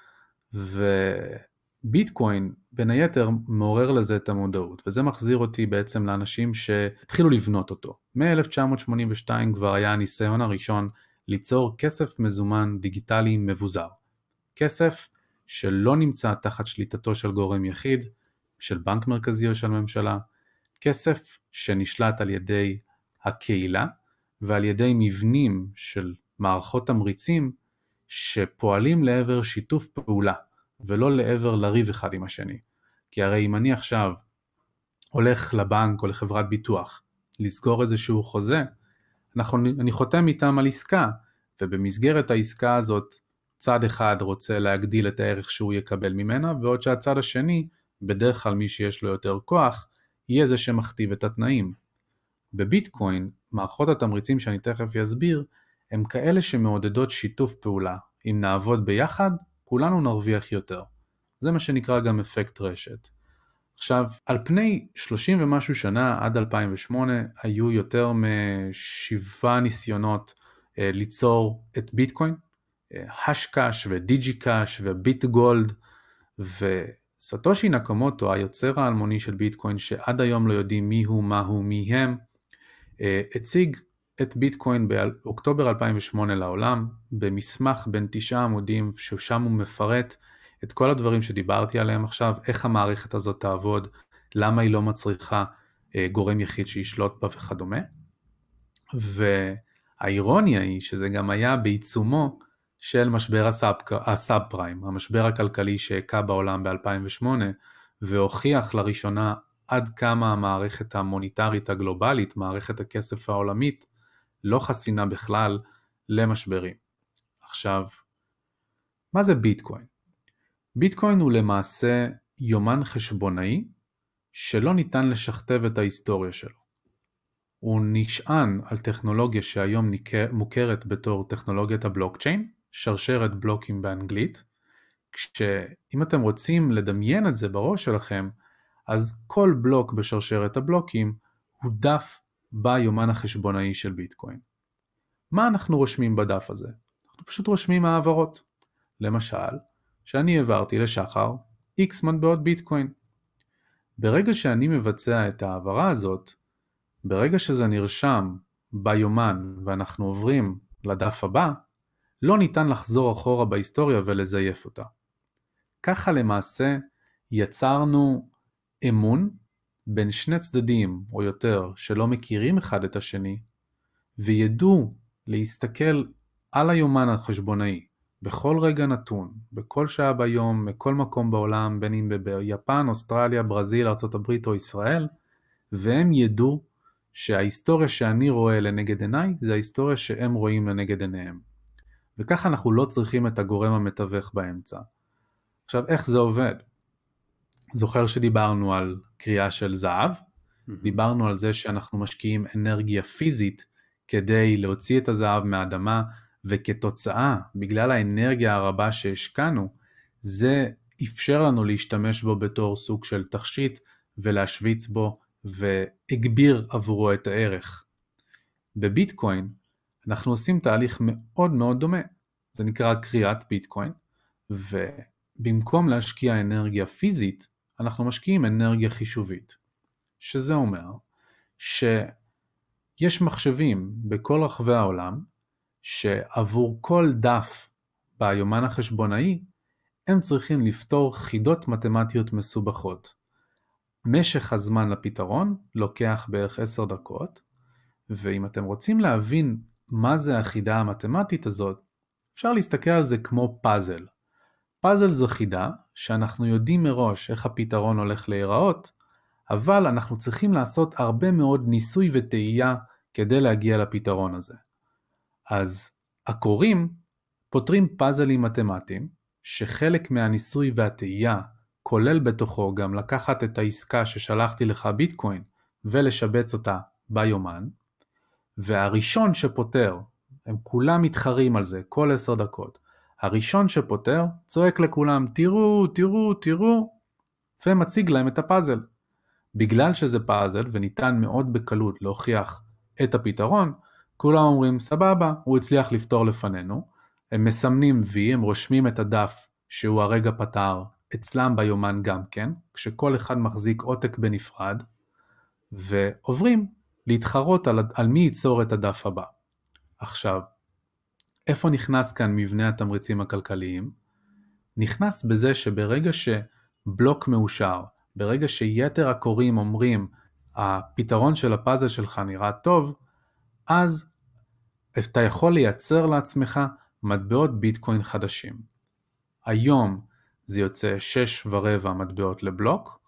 וביטקוין, בין היתר, מעורר לזה את המודעות, וזה מחזיר אותי בעצם לאנשים שהתחילו לבנות אותו. מ-1982 כבר היה הניסיון הראשון ליצור כסף מזומן דיגיטלי מבוזר. כסף שלא נמצא תחת שליטתו של גורם יחיד, של בנק מרכזי או של ממשלה, כסף שנשלט על ידי הקהילה ועל ידי מבנים של מערכות תמריצים שפועלים לעבר שיתוף פעולה ולא לעבר לריב אחד עם השני. כי הרי אם אני עכשיו הולך לבנק או לחברת ביטוח לסגור איזשהו חוזה, אני חותם איתם על עסקה, ובמסגרת העסקה הזאת צד אחד רוצה להגדיל את הערך שהוא יקבל ממנה, ועוד שהצד השני, בדרך כלל מי שיש לו יותר כוח, יהיה זה שמכתיב את התנאים. בביטקוין, מערכות התמריצים שאני תכף אסביר, הם כאלה שמעודדות שיתוף פעולה. אם נעבוד ביחד, כולנו נרוויח יותר. זה מה שנקרא גם אפקט רשת. עכשיו, על פני 30 ומשהו שנה, עד 2008, היו יותר מ7 ניסיונות ליצור את ביטקוין, השקש ודיג'יקש וביט גולד, וסטושי נקמוטו, היוצר האלמוני של ביטקוין, שעד היום לא יודעים מי הוא, מה הוא, מי הם, הציג את ביטקוין באוקטובר 2008 לעולם, במסמך בין 9 עמודים, ששם הוא מפרט את כל הדברים שדיברתי עליהם עכשיו, איך המערכת הזאת תעבוד, למה היא לא מצריכה גורם יחיד שישלוט בה וכדומה. והאירוניה היא שזה גם היה בעיצומו של משבר הסאב פריים, המשבר הכלכלי שהכה בעולם ב-2008, והוכיח לראשונה עד כמה המערכת המוניטרית הגלובלית, מערכת הכסף העולמית, לא חסינה בכלל למשברים. עכשיו, מה זה ביטקוין? ביטקוין הוא למעשה יומן חשבונאי שלא ניתן לשכתב את ההיסטוריה שלו. הוא נשען על טכנולוגיה שהיום מוכרת בתור טכנולוגיית הבלוקצ'יין, שרשרת בלוקים באנגלית, כשאם אתם רוצים לדמיין את זה בראש שלכם, אז כל בלוק בשרשרת הבלוקים הוא דף ביומן החשבונאי של ביטקוין. מה אנחנו רושמים בדף הזה? אנחנו פשוט רושמים העברות. למשל, שאני העברתי לשחר X מטבעות ביטקוין. ברגע שאני מבצע את העברה הזאת, ברגע שזה נרשם ביומן ואנחנו עוברים לדף הבא, לא ניתן לחזור אחורה בהיסטוריה ולזייף אותה. ככה למעשה יצרנו אמון בין שני צדדים או יותר שלא מכירים אחד את השני, וידעו להסתכל על היומן החשבונאי בכל רגע נתון, בכל שעה ביום, בכל מקום בעולם, בין אם ביפן, אוסטרליה, ברזיל, ארצות הברית או ישראל, והם ידעו שההיסטוריה שאני רואה לנגד עיניי, זה ההיסטוריה שהם רואים לנגד עיניהם. וככה אנחנו לא צריכים את הגורם המתווך באמצע. עכשיו, איך זה עובד? זוכר שדיברנו על קריאה של זהב, דיברנו על זה שאנחנו משקיעים אנרגיה פיזית כדי להוציא את הזהב מהאדמה, וכתוצאה, בגלל האנרגיה הרבה שהשקענו, זה אפשר לנו להשתמש בו בתור סוג של תכשיט, ולהשוויץ בו, והגביר עבורו את הערך. בביטקוין, אנחנו עושים תהליך מאוד מאוד דומה, זה נקרא קריאת ביטקוין, ובמקום להשקיע אנרגיה פיזית, אנחנו משקיעים אנרגיה חישובית, שזה אומר שיש מחשבים בכל רחבי העולם, שעבור כל דף ביומן החשבונאי, הם צריכים לפתור חידות מתמטיות מסובכות. משך הזמן לפתרון לוקח בערך 10 דקות, ואם אתם רוצים להבין מה זה החידה המתמטית הזאת, אפשר להסתכל על זה כמו פאזל. פאזל זו חידה שאנחנו יודעים מראש איך הפתרון הולך להיראות, אבל אנחנו צריכים לעשות הרבה מאוד ניסוי וטעייה כדי להגיע לפתרון הזה. אז הקוראים פותרים פאזלים מתמטיים, שחלק מהניסוי והטעייה כולל בתוכו גם לקחת את העסקה ששלחתי לך ביטקוין ולשבץ אותה ביומן, והראשון שפותר, הם כולם מתחרים על זה כל 10 דקות, הראשון שפותר צועק לכולם תראו, תראו, תראו, ומציג להם את הפאזל. בגלל שזה פאזל וניתן מאוד בקלות להוכיח את הפתרון, כולם אומרים סבבה, הוא הצליח לפתור לפנינו, הם מסמנים וי, הם רושמים את הדף שהוא הרגע פתר אצלם ביומן גם כן, כשכל אחד מחזיק עותק בנפרד, ועוברים להתחרות על מי ייצור את הדף הבא. עכשיו, איפה נכנס כאן מבנה התמריצים הכלכליים? נכנס בזה שברגע שבלוק מאושר, ברגע שיתר הקוראים אומרים, הפתרון של הפאזל שלך נראה טוב, אז אתה יכול לייצר לעצמך מטבעות ביטקוין חדשים. היום זה יוצא 6.25 מטבעות לבלוק,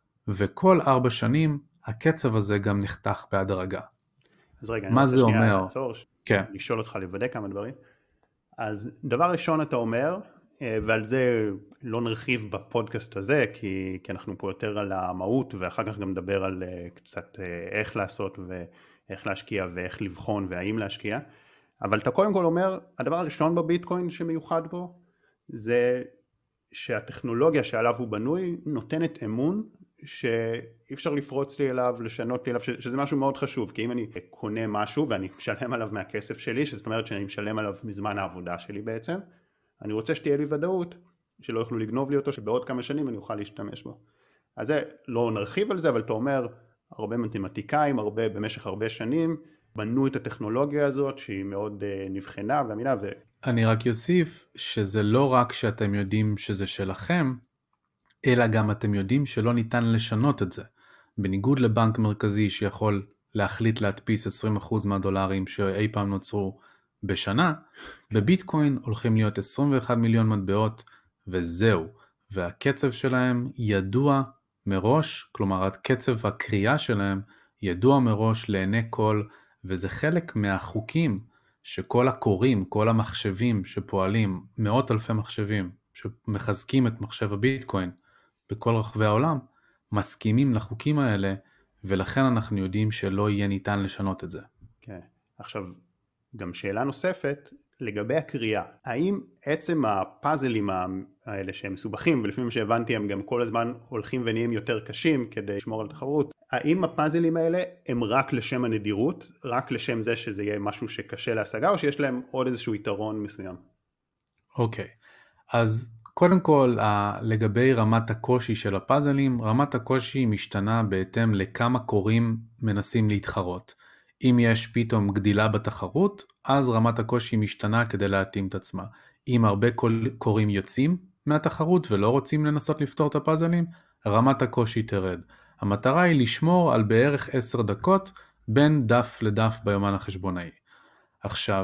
וכל 4 שנים הקצב הזה גם נחתך בהדרגה. אז רגע, מה זה אומר? לעצור, כן. לשאול אותך לוודא כמה דברים. אז דבר ראשון אתה אומר, ועל זה לא נרחיב בפודקאסט הזה, כי אנחנו פה יותר על המהות, ואחר כך גם נדבר על קצת איך לעשות ואיך להשקיע ואיך לבחון והאם להשקיע. אבל אתה קודם כל אומר, הדבר הראשון בביטקוין שמיוחד בו, זה שהטכנולוגיה שעליו הוא בנוי נותנת אמון שאי אפשר לפרוץ לי אליו, לשנות לי אליו, שזה משהו מאוד חשוב, כי אם אני קונה משהו ואני משלם עליו מהכסף שלי, זאת אומרת שאני משלם עליו מזמן העבודה שלי בעצם, אני רוצה שתהיה לי ודאות, שלא יוכלו לגנוב לי אותו, שבעוד כמה שנים אני אוכל להשתמש בו. אז זה, לא נרחיב על זה, אבל אתה אומר, הרבה מתמטיקאים, במשך הרבה שנים, בנו את הטכנולוגיה הזאת, שהיא מאוד נבחנה והמילה אני רק יוסיף שזה לא רק שאתם יודעים שזה שלכם, אלא גם אתם יודעים שלא ניתן לשנות את זה. בניגוד לבנק מרכזי שיכול להחליט להדפיס 20% מהדולרים שאי פעם נוצרו בשנה, בביטקוין הולכים להיות 21 מיליון מטבעות וזהו. והקצב שלהם ידוע מראש, כלומר קצב הקריאה שלהם ידוע מראש לעיני כל, וזה חלק מהחוקים שכל הקוראים, כל המחשבים שפועלים, מאות אלפי מחשבים שמחזקים את מחשב הביטקוין בכל רחבי העולם, מסכימים לחוקים האלה, ולכן אנחנו יודעים שלא יהיה ניתן לשנות את זה. כן, עכשיו גם שאלה נוספת לגבי הקריאה, האם עצם הפאזלים האלה שהם מסובכים, ולפעמים שהבנתי הם גם כל הזמן הולכים ונהיים יותר קשים כדי לשמור על תחרות, האם הפאזלים האלה הם רק לשם הנדירות, רק לשם זה שזה יהיה משהו שקשה להשגה, או שיש להם עוד איזשהו יתרון מסוים? אוקיי, אז קודם כל לגבי רמת הקושי של הפאזלים, רמת הקושי משתנה בהתאם לכמה קוראים מנסים להתחרות. אם יש פתאום גדילה בתחרות, אז רמת הקושי משתנה כדי להתאים את עצמה. אם הרבה קוראים יוצאים מהתחרות ולא רוצים לנסות לפתור את הפאזלים, רמת הקושי תרד. המטרה היא לשמור על בערך 10 דקות בין דף לדף ביומן החשבונאי. עכשיו,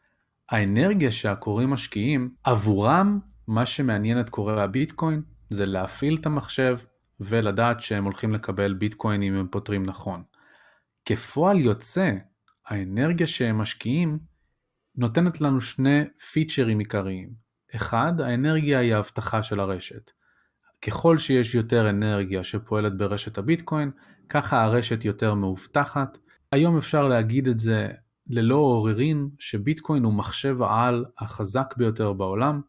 האנרגיה שהקוראים משקיעים, עבורם מה שמעניין את קוראי הביטקוין זה להפעיל את המחשב ולדעת שהם הולכים לקבל ביטקוין אם הם פותרים נכון. כפועל יוצא, האנרגיה שהם משקיעים נותנת לנו 2 פיצ'רים עיקריים. אחד, האנרגיה היא ההבטחה של הרשת. ככל שיש יותר אנרגיה שפועלת ברשת הביטקוין, ככה הרשת יותר מאובטחת. היום אפשר להגיד את זה ללא עוררין, שביטקוין הוא מחשב העל החזק ביותר בעולם,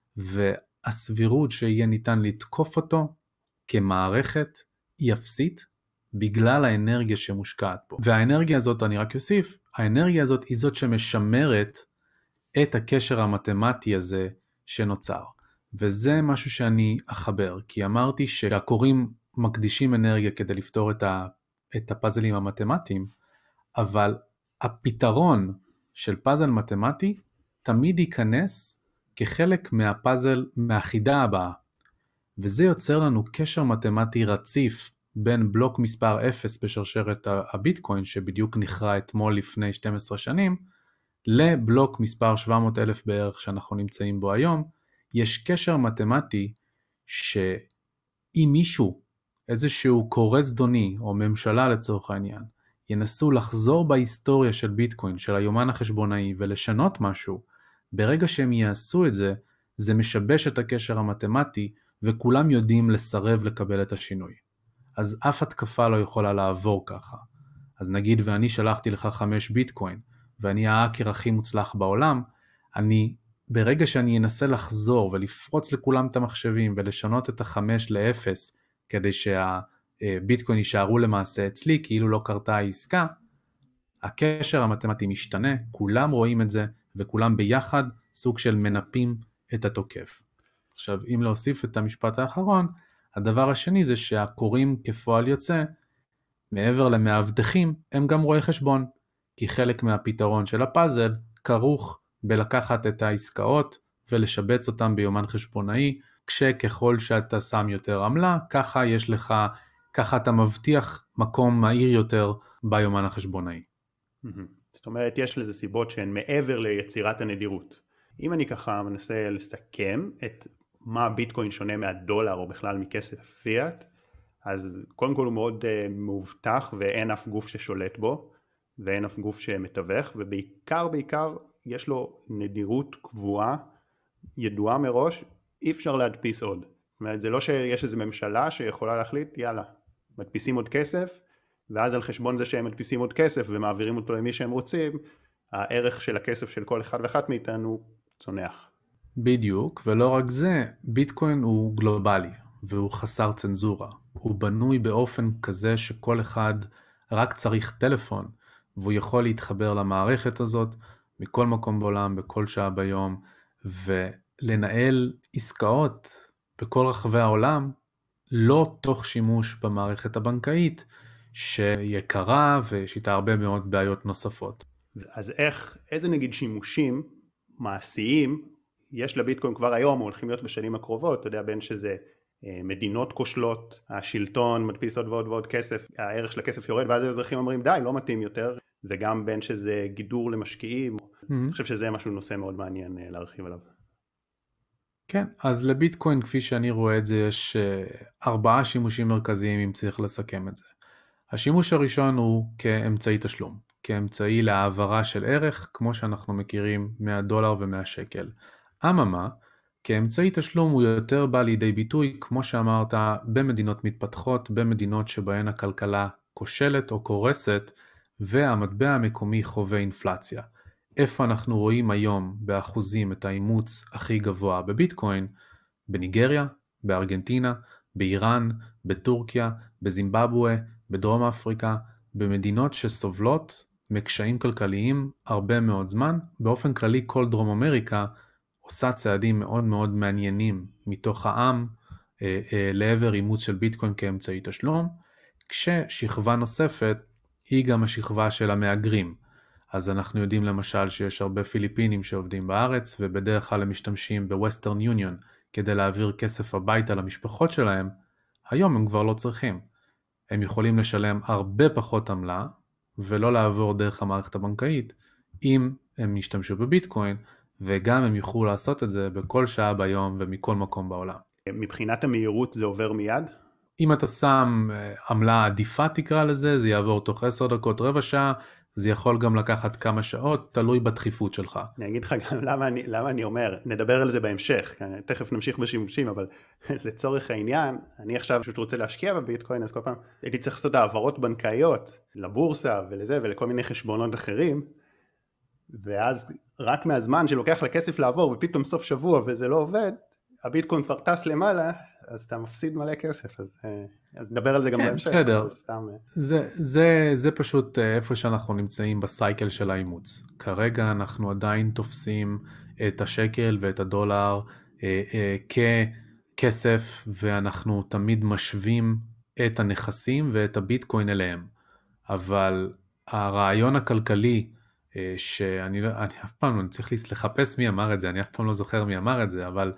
והסבירות שיהיה ניתן לתקוף אותו כמערכת היא אפסית, בגלל האנרגיה שמושקעת פה. והאנרגיה הזאת, אני רק אוסיף, האנרגיה הזאת היא זאת שמשמרת את הקשר המתמטי הזה שנוצר. וזה משהו שאני אחבר, כי אמרתי שהקוראים מקדישים אנרגיה כדי לפתור את הפאזלים המתמטיים, אבל הפתרון של פאזל מתמטי תמיד ייכנס כחלק מהפאזל, מהחידה הבאה. וזה יוצר לנו קשר מתמטי רציף בין בלוק מספר 0 בשרשרת הביטקוין, שבדיוק נחרא אתמול לפני 12 שנים, לבלוק מספר 700,000 בערך שאנחנו נמצאים בו היום, יש קשר מתמטי שאם מישהו, איזשהו קורא זדוני או ממשלה לצורך העניין, ינסו לחזור בהיסטוריה של ביטקוין, של היומן החשבונאי ולשנות משהו, ברגע שהם יעשו את זה, זה משבש את הקשר המתמטי וכולם יודעים לסרב לקבל את השינוי. אז אף התקפה לא יכולה לעבור ככה. אז נגיד ואני שלחתי לך 5 ביטקוין ואני האקר הכי מוצלח בעולם, ברגע שאני אנסה לחזור ולפרוץ לכולם את המחשבים ולשנות את 5 ל-0 כדי שהביטקוין יישארו למעשה אצלי כאילו לא קרתה העסקה, הקשר המתמטי משתנה, כולם רואים את זה וכולם ביחד סוג של מנפים את התוקף. עכשיו אם להוסיף את המשפט האחרון, הדבר השני זה שהקוראים כפועל יוצא, מעבר למאבטחים, הם גם רואי חשבון, כי חלק מהפתרון של הפאזל כרוך בלקחת את העסקאות ולשבץ אותם ביומן חשבונאי, כשככל שאתה שם יותר עמלה, ככה אתה מבטיח מקום מהיר יותר ביומן החשבונאי. זאת אומרת, יש לזה סיבות שהן מעבר ליצירת הנדירות. אם אני ככה מנסה לסכם את מה ביטקוין שונה מהדולר או בכלל מכסף פיאט, אז קודם כל הוא מאוד מאובטח ואין אף גוף ששולט בו, ואין אף גוף שמתווך, ובעיקר יש לו נדירות קבועה, ידועה מראש, אי אפשר להדפיס עוד. זאת אומרת, זה לא שיש איזו ממשלה שיכולה להחליט, יאללה, מדפיסים עוד כסף, ואז על חשבון זה שהם מדפיסים עוד כסף ומעבירים אותו למי שהם רוצים, הערך של הכסף של כל אחד ואחת מאיתנו צונח. בדיוק, ולא רק זה, ביטקוין הוא גלובלי, והוא חסר צנזורה. הוא בנוי באופן כזה שכל אחד רק צריך טלפון, והוא יכול להתחבר למערכת הזאת מכל מקום בעולם, בכל שעה ביום, ולנהל עסקאות בכל רחבי העולם, לא תוך שימוש במערכת הבנקאית, שיקרה ויש איתה הרבה מאוד בעיות נוספות. אז איזה נגיד שימושים מעשיים יש לביטקוין כבר היום, הולכים להיות בשנים הקרובות, אתה יודע, בין שזה מדינות כושלות, השלטון מדפיס עוד ועוד ועוד כסף, הערך של הכסף יורד, ואז האזרחים אומרים די, לא מתאים יותר, וגם בין שזה גידור למשקיעים, אני חושב שזה משהו נושא מאוד מעניין להרחיב עליו. כן, אז לביטקוין כפי שאני רואה את זה, יש 4 שימושים מרכזיים אם צריך לסכם את זה. השימוש הראשון הוא כאמצעי תשלום, כאמצעי להעברה של ערך, כמו שאנחנו מכירים מהדולר ומהשקל. אממה, כאמצעי תשלום הוא יותר בא לידי ביטוי, כמו שאמרת, במדינות מתפתחות, במדינות שבהן הכלכלה כושלת או קורסת, והמטבע המקומי חווה אינפלציה. איפה אנחנו רואים היום באחוזים את האימוץ הכי גבוה בביטקוין? בניגריה, בארגנטינה, באיראן, בטורקיה, בזימבבואה, בדרום אפריקה, במדינות שסובלות מקשיים כלכליים הרבה מאוד זמן. באופן כללי כל דרום אמריקה עושה צעדים מאוד מאוד מעניינים מתוך העם לעבר אימוץ של ביטקוין כאמצעי תשלום, כששכבה נוספת היא גם השכבה של המהגרים. אז אנחנו יודעים למשל שיש הרבה פיליפינים שעובדים בארץ, ובדרך כלל הם משתמשים בווסטרן יוניון כדי להעביר כסף הביתה למשפחות שלהם. היום הם כבר לא צריכים. הם יכולים לשלם הרבה פחות עמלה, ולא לעבור דרך המערכת הבנקאית, אם הם ישתמשו בביטקוין, וגם הם יוכלו לעשות את זה בכל שעה ביום ומכל מקום בעולם. מבחינת המהירות זה עובר מיד? אם אתה שם עמלה עדיפה תקרא לזה, זה יעבור תוך 10 דקות, רבע שעה, זה יכול גם לקחת כמה שעות, תלוי בדחיפות שלך. אני אגיד לך גם למה אני אומר, נדבר על זה בהמשך, תכף נמשיך בשימושים, אבל לצורך העניין, אני עכשיו פשוט רוצה להשקיע בביטקוין, אז כל פעם הייתי צריך לעשות העברות בנקאיות לבורסה ולזה ולכל מיני חשבונות אחרים, ואז רק מהזמן שלוקח לכסף לעבור ופתאום סוף שבוע וזה לא עובד, הביטקוין כבר טס למעלה, אז אתה מפסיד מלא כסף, אז נדבר על זה גם בהמשך. בסדר, זה פשוט איפה שאנחנו נמצאים בסייקל של האימוץ. כרגע אנחנו עדיין תופסים את השקל ואת הדולר ככסף, ואנחנו תמיד משווים את הנכסים ואת הביטקוין אליהם. אבל הרעיון הכלכלי, שאני אף פעם לא צריך לחפש מי אמר את זה, אני אף פעם לא זוכר מי אמר את זה, אבל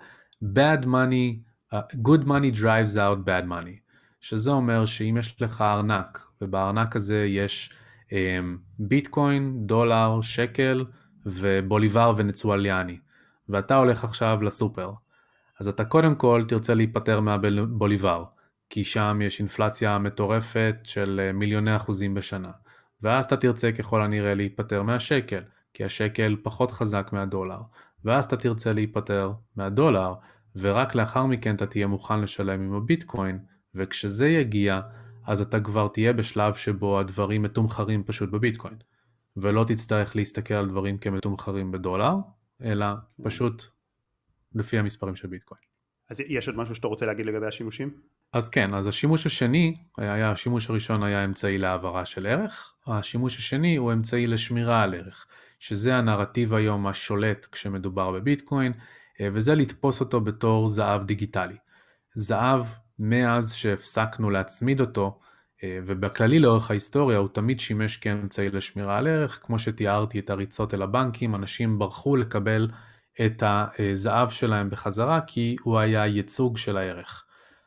good money drives out bad money, שזה אומר שאם יש לך ארנק, ובארנק הזה יש ביטקוין, דולר, שקל, ובוליבר ונצואליאני, ואתה הולך עכשיו לסופר, אז אתה קודם כל תרצה להיפטר מהבוליבר, כי שם יש אינפלציה מטורפת של מיליוני אחוזים בשנה. ואז אתה תרצה ככל הנראה להיפטר מהשקל, כי השקל פחות חזק מהדולר. ואז אתה תרצה להיפטר מהדולר, ורק לאחר מכן אתה תהיה מוכן לשלם עם הביטקוין, וכשזה יגיע, אז אתה כבר תהיה בשלב שבו הדברים מתומחרים פשוט בביטקוין. ולא תצטרך להסתכל על דברים כמתומחרים בדולר, אלא פשוט לפי המספרים של ביטקוין. אז יש עוד משהו שאתה רוצה להגיד לגבי השימושים? אז כן, אז השימוש השני, השימוש הראשון היה אמצעי להעברה של ערך, השימוש השני הוא אמצעי לשמירה על ערך, שזה הנרטיב היום השולט כשמדובר בביטקוין, וזה לתפוס אותו בתור זהב דיגיטלי. זהב, מאז שהפסקנו להצמיד אותו, ובכללי לאורך ההיסטוריה הוא תמיד שימש כאמצעי לשמירה על ערך, כמו שתיארתי את הריצות אל הבנקים, אנשים ברחו לקבל את הזהב שלהם בחזרה, כי הוא היה ייצוג של הערך.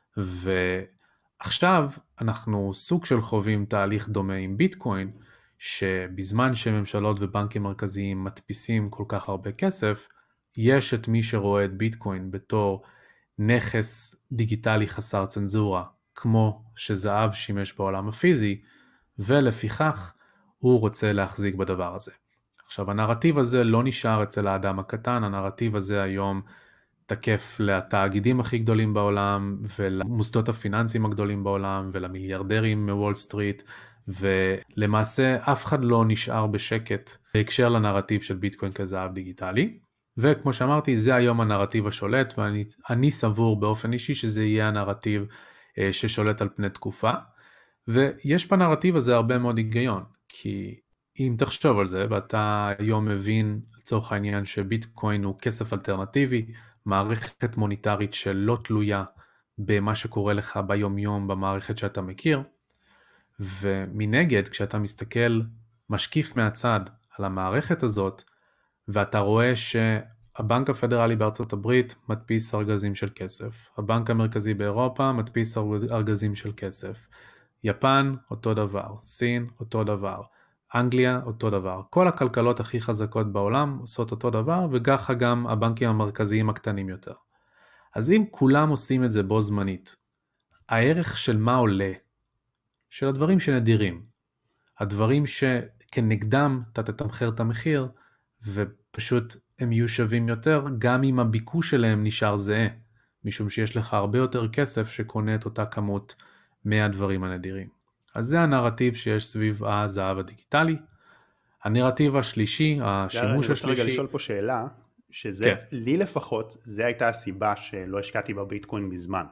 ועכשיו אנחנו סוג של חווים תהליך דומה עם ביטקוין, שבזמן שממשלות ובנקים מרכזיים מדפיסים כל כך הרבה כסף, יש את מי שרואה את ביטקוין בתור נכס דיגיטלי חסר צנזורה, כמו שזהב שימש בעולם הפיזי, ולפיכך הוא רוצה להחזיק בדבר הזה. עכשיו, הנרטיב הזה לא נשאר אצל האדם הקטן, הנרטיב הזה היום תקף לתאגידים הכי גדולים בעולם, ולמוסדות הפיננסיים הגדולים בעולם, ולמיליארדרים מוול סטריט, ולמעשה אף אחד לא נשאר בשקט בהקשר לנרטיב של ביטקוין כזהב דיגיטלי. וכמו שאמרתי, זה היום הנרטיב השולט, ואני סבור באופן אישי שזה יהיה הנרטיב ששולט על פני תקופה. ויש בנרטיב הזה הרבה מאוד היגיון, כי אם תחשוב על זה, ואתה היום מבין לצורך העניין שביטקוין הוא כסף אלטרנטיבי, מערכת מוניטרית שלא תלויה במה שקורה לך ביום יום במערכת שאתה מכיר, ומנגד כשאתה מסתכל משקיף מהצד על המערכת הזאת, ואתה רואה שהבנק הפדרלי בארצות הברית מדפיס ארגזים של כסף, הבנק המרכזי באירופה מדפיס ארגזים של כסף, יפן אותו דבר, סין אותו דבר, אנגליה אותו דבר, כל הכלכלות הכי חזקות בעולם עושות אותו דבר, וככה גם הבנקים המרכזיים הקטנים יותר. אז אם כולם עושים את זה בו זמנית, הערך של מה עולה? של הדברים שנדירים, הדברים שכנגדם אתה תתמחר את המחיר, ופשוט הם יהיו שווים יותר, גם אם הביקוש שלהם נשאר זהה, משום שיש לך הרבה יותר כסף שקונה את אותה כמות מהדברים הנדירים. אז זה הנרטיב שיש סביב הזהב הדיגיטלי. הנרטיב השלישי, השימוש השלישי... אני רוצה רגע לשאול פה שאלה, שזה, לי לפחות, זה הייתה הסיבה שלא השקעתי בביטקוין מזמן.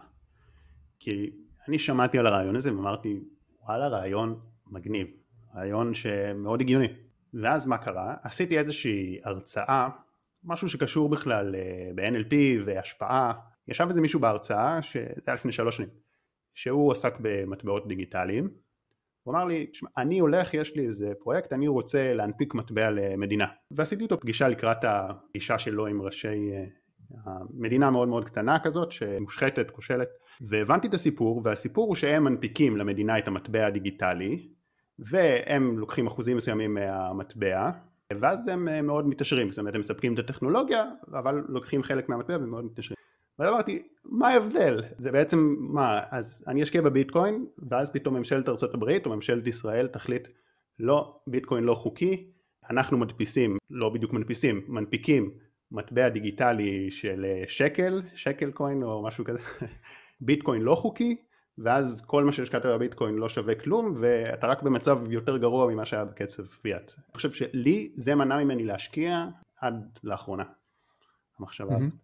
כי אני שמעתי על הרעיון הזה ואמרתי, וואלה, רעיון מגניב, רעיון שמאוד הגיוני. ואז מה קרה? עשיתי איזושהי הרצאה, משהו שקשור בכלל ב-NLP והשפעה. ישב איזה מישהו בהרצאה, שזה היה לפני 3 שנים, שהוא עסק במטבעות דיגיטליים. הוא אמר לי, אני הולך, יש לי איזה פרויקט, אני רוצה להנפיק מטבע למדינה. ועשיתי איתו פגישה לקראת הפגישה שלו עם ראשי המדינה מאוד מאוד קטנה כזאת, שמושחתת, כושלת. והבנתי את הסיפור, והסיפור הוא שהם מנפיקים למדינה את המטבע הדיגיטלי, והם לוקחים אחוזים מסוימים מהמטבע, ואז הם מאוד מתעשרים, זאת אומרת הם מספקים את הטכנולוגיה, אבל לוקחים חלק מהמטבע ומאוד מתעשרים. ואז אמרתי, מה ההבדל? זה בעצם מה? אז אני אשקיע בביטקוין, ואז פתאום ממשלת ארצות הברית או ממשלת ישראל תחליט, לא, ביטקוין לא חוקי, אנחנו מדפיסים, לא בדיוק מדפיסים, מנפיקים מטבע דיגיטלי של שקל קוין או משהו כזה, ביטקוין לא חוקי, ואז כל מה שהשקעת בביטקוין לא שווה כלום, ואתה רק במצב יותר גרוע ממה שהיה בקצב פיאט. אני חושב שלי זה מנע ממני להשקיע עד לאחרונה, המחשבה הזאת.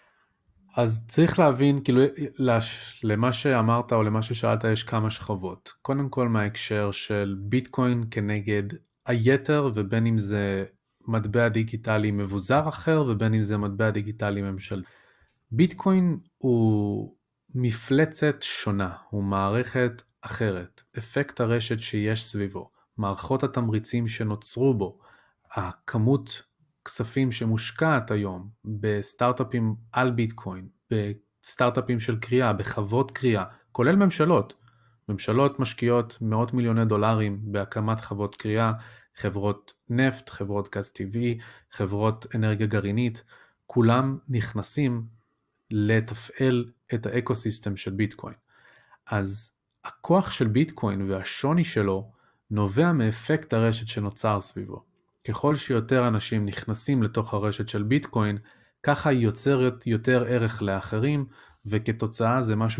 אז צריך להבין, כאילו, למה שאמרת או למה ששאלת יש כמה שכבות. קודם כל מההקשר של ביטקוין כנגד היתר, ובין אם זה מטבע דיגיטלי מבוזר אחר, ובין אם זה מטבע דיגיטלי ממשל. ביטקוין הוא מפלצת שונה, הוא מערכת אחרת, אפקט הרשת שיש סביבו, מערכות התמריצים שנוצרו בו, הכמות כספים שמושקעת היום בסטארט-אפים על ביטקוין, בסטארט-אפים של קריאה, בחברות קריאה, כולל ממשלות. ממשלות משקיעות מאות מיליוני דולרים בהקמת חוות קריאה, חברות נפט, חברות גז טבעי, חברות אנרגיה גרעינית, כולם נכנסים לתפעל את האקוסיסטם של ביטקוין. אז הכוח של ביטקוין והשוני שלו נובע מאפקט הרשת שנוצר סביבו. ככל שיותר אנשים נכנסים לתוך הרשת של ביטקוין, ככה היא יוצרת יותר ערך לאחרים, וכתוצאה זה משהו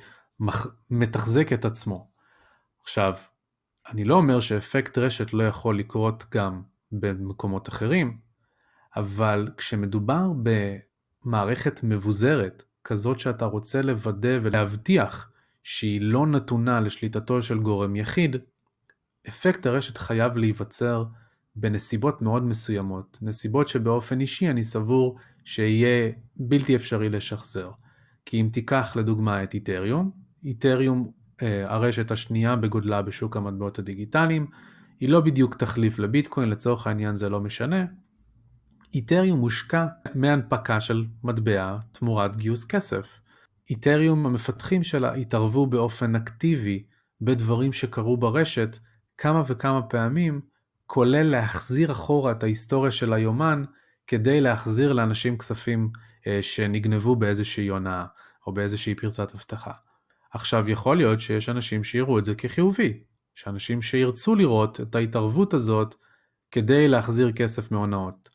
שמתחזק את עצמו. עכשיו, אני לא אומר שאפקט רשת לא יכול לקרות גם במקומות אחרים, אבל כשמדובר במערכת מבוזרת, כזאת שאתה רוצה לוודא ולהבטיח שהיא לא נתונה לשליטתו של גורם יחיד, אפקט הרשת חייב להיווצר בנסיבות מאוד מסוימות, נסיבות שבאופן אישי אני סבור שיהיה בלתי אפשרי לשחזר. כי אם תיקח לדוגמה את איתריום, הרשת השנייה בגודלה בשוק המטבעות הדיגיטליים, היא לא בדיוק תחליף לביטקוין, לצורך העניין זה לא משנה. איתריום מושקע מהנפקה של מטבע תמורת גיוס כסף. איתריום, המפתחים שלה התערבו באופן אקטיבי בדברים שקרו ברשת כמה וכמה פעמים, כולל להחזיר אחורה את ההיסטוריה של היומן, כדי להחזיר לאנשים כספים שנגנבו באיזושהי הונאה, או באיזושהי פרצת הבטחה. עכשיו יכול להיות שיש אנשים שיראו את זה כחיובי, שאנשים שירצו לראות את ההתערבות הזאת, כדי להחזיר כסף מהונאות.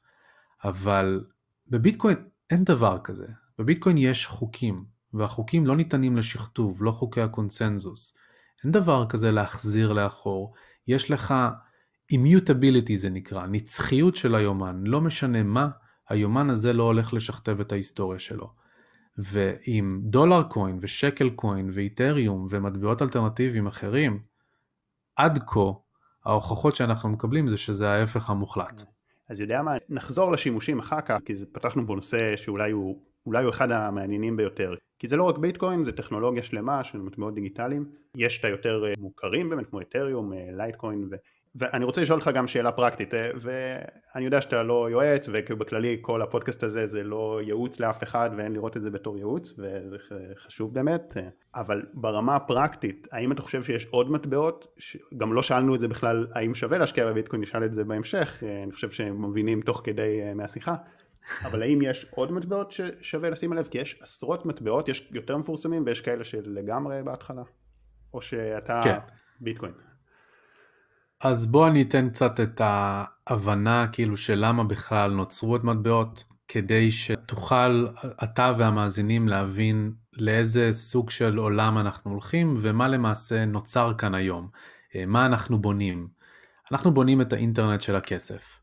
אבל בביטקוין אין דבר כזה. בביטקוין יש חוקים, והחוקים לא ניתנים לשכתוב, לא חוקי הקונצנזוס. אין דבר כזה להחזיר לאחור. יש לך immutability זה נקרא, נצחיות של היומן. לא משנה מה, היומן הזה לא הולך לשכתב את ההיסטוריה שלו. ועם דולר קוין ושקל קוין ואיתריום ומטבעות אלטרנטיביים אחרים, עד כה ההוכחות שאנחנו מקבלים זה שזה ההפך המוחלט. אז יודע מה, נחזור לשימושים אחר כך, כי פתחנו פה נושא שאולי הוא אחד המעניינים ביותר. כי זה לא רק ביטקוין, זה טכנולוגיה שלמה של מטבעות דיגיטליים. יש את היותר מוכרים באמת, כמו איתריום, לייטקוין, ואני רוצה לשאול לך גם שאלה פרקטית, ואני יודע שאתה לא יועץ, ובכללי כל הפודקאסט הזה זה לא ייעוץ לאף אחד, ואין לראות את זה בתור ייעוץ, וזה חשוב באמת, אבל ברמה הפרקטית, האם אתה חושב שיש עוד מטבעות, גם לא שאלנו את זה בכלל, האם שווה להשקיע בביטקוין, נשאל את זה בהמשך, אני חושב שהם מבינים תוך כדי מהשיחה, אבל האם יש עוד מטבעות ששווה לשים עליו? כי יש עשרות מטבעות, יש יותר מפורסמים, ויש כאלה שלגמרי בהתחלה, או שאתה כן. ביטקוין. אז בוא אני אתן קצת את ההבנה כאילו של למה בכלל נוצרו את מטבעות, כדי שתוכל אתה והמאזינים להבין לאיזה סוג של עולם אנחנו הולכים, ומה למעשה נוצר כאן היום, מה אנחנו בונים. אנחנו בונים את האינטרנט של הכסף,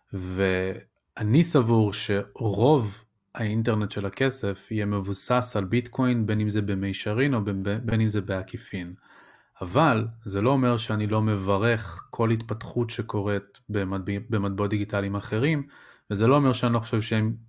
ואני סבור שרוב האינטרנט של הכסף יהיה מבוסס על ביטקוין, בין אם זה במישרין או בין אם זה בעקיפין. אבל זה לא אומר שאני לא מברך כל התפתחות שקורית במטבעות דיגיטליים אחרים, וזה לא אומר שאני לא חושב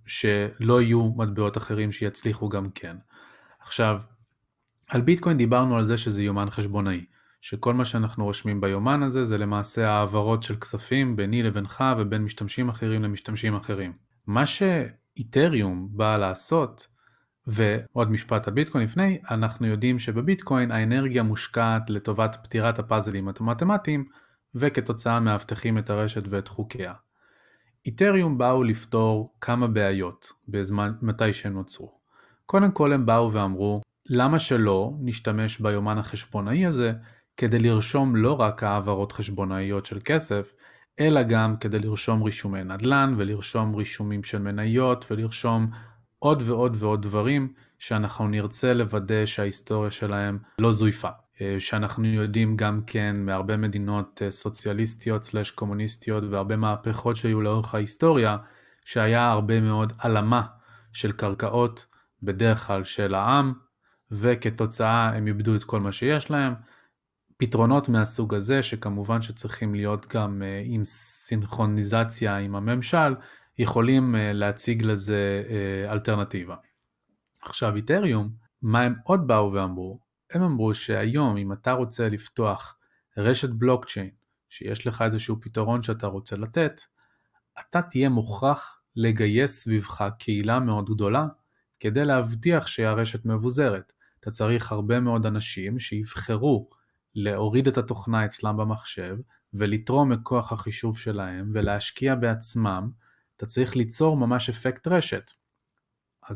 שלא יהיו מטבעות אחרים שיצליחו גם כן. עכשיו, על ביטקוין דיברנו על זה שזה יומן חשבונאי, שכל מה שאנחנו רושמים ביומן הזה זה למעשה העברות של כספים ביני לבינך ובין משתמשים אחרים למשתמשים אחרים. מה שאיתריום בא לעשות, ועוד משפט על ביטקוין לפני, אנחנו יודעים שבביטקוין האנרגיה מושקעת לטובת פתירת הפאזלים המתמטיים, וכתוצאה מאבטחים את הרשת ואת חוקיה. איתריום באו לפתור כמה בעיות בזמן מתי שהם נוצרו. קודם כל הם באו ואמרו, למה שלא נשתמש ביומן החשבונאי הזה, כדי לרשום לא רק העברות חשבונאיות של כסף, אלא גם כדי לרשום רישומי נדל"ן, ולרשום רישומים של מניות, ולרשום עוד ועוד ועוד דברים שאנחנו נרצה לוודא שההיסטוריה שלהם לא זויפה. שאנחנו יודעים גם כן מהרבה מדינות סוציאליסטיות סלש קומוניסטיות והרבה מהפכות שהיו לאורך ההיסטוריה, שהיה הרבה מאוד עלמה של קרקעות בדרך כלל של העם, וכתוצאה הם איבדו את כל מה שיש להם. פתרונות מהסוג הזה, שכמובן שצריכים להיות גם עם סינכרוניזציה עם הממשל, יכולים להציג לזה אלטרנטיבה. עכשיו איתריום, מה הם עוד באו ואמרו? הם אמרו שהיום אם אתה רוצה לפתוח רשת בלוקצ'יין, שיש לך איזשהו פתרון שאתה רוצה לתת, אתה תהיה מוכרח לגייס סביבך קהילה מאוד גדולה, כדי להבטיח שהרשת מבוזרת. אתה צריך הרבה מאוד אנשים שיבחרו להוריד את התוכנה אצלם במחשב, ולתרום מכוח החישוב שלהם, ולהשקיע בעצמם. אתה צריך ליצור ממש אפקט רשת. אז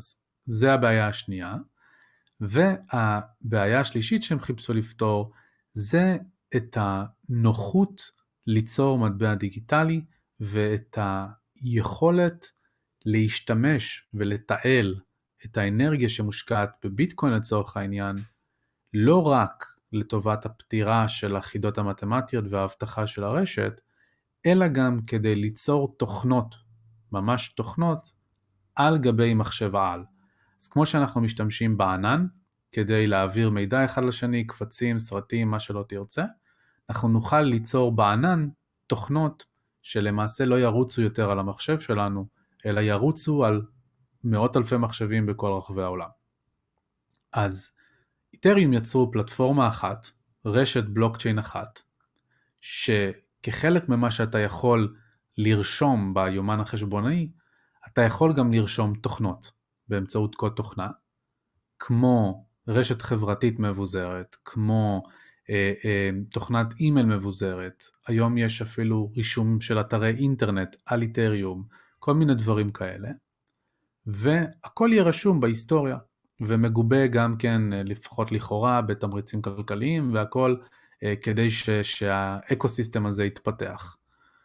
זה הבעיה השנייה. והבעיה השלישית שהם חיפשו לפתור, זה את הנוחות ליצור מטבע דיגיטלי, ואת היכולת להשתמש ולתעל את האנרגיה שמושקעת בביטקוין לצורך העניין, לא רק לטובת הפתירה של החידות המתמטיות וההבטחה של הרשת, אלא גם כדי ליצור תוכנות, ממש תוכנות, על גבי מחשב העל. אז כמו שאנחנו משתמשים בענן, כדי להעביר מידע אחד לשני, קבצים, סרטים, מה שלא תרצה, אנחנו נוכל ליצור בענן תוכנות שלמעשה לא ירוצו יותר על המחשב שלנו, אלא ירוצו על מאות אלפי מחשבים בכל רחבי העולם. אז איתריום יצרו פלטפורמה אחת, רשת בלוקצ'יין אחת, שכחלק ממה שאתה יכול לרשום ביומן החשבונאי, אתה יכול גם לרשום תוכנות באמצעות קוד תוכנה, כמו רשת חברתית מבוזרת, כמו תוכנת אימייל מבוזרת, היום יש אפילו רישום של אתרי אינטרנט על איתריום, כל מיני דברים כאלה, והכל יהיה רשום בהיסטוריה, ומגובה גם כן לפחות לכאורה בתמריצים כלכליים והכל, כדי שהאקוסיסטם הזה יתפתח.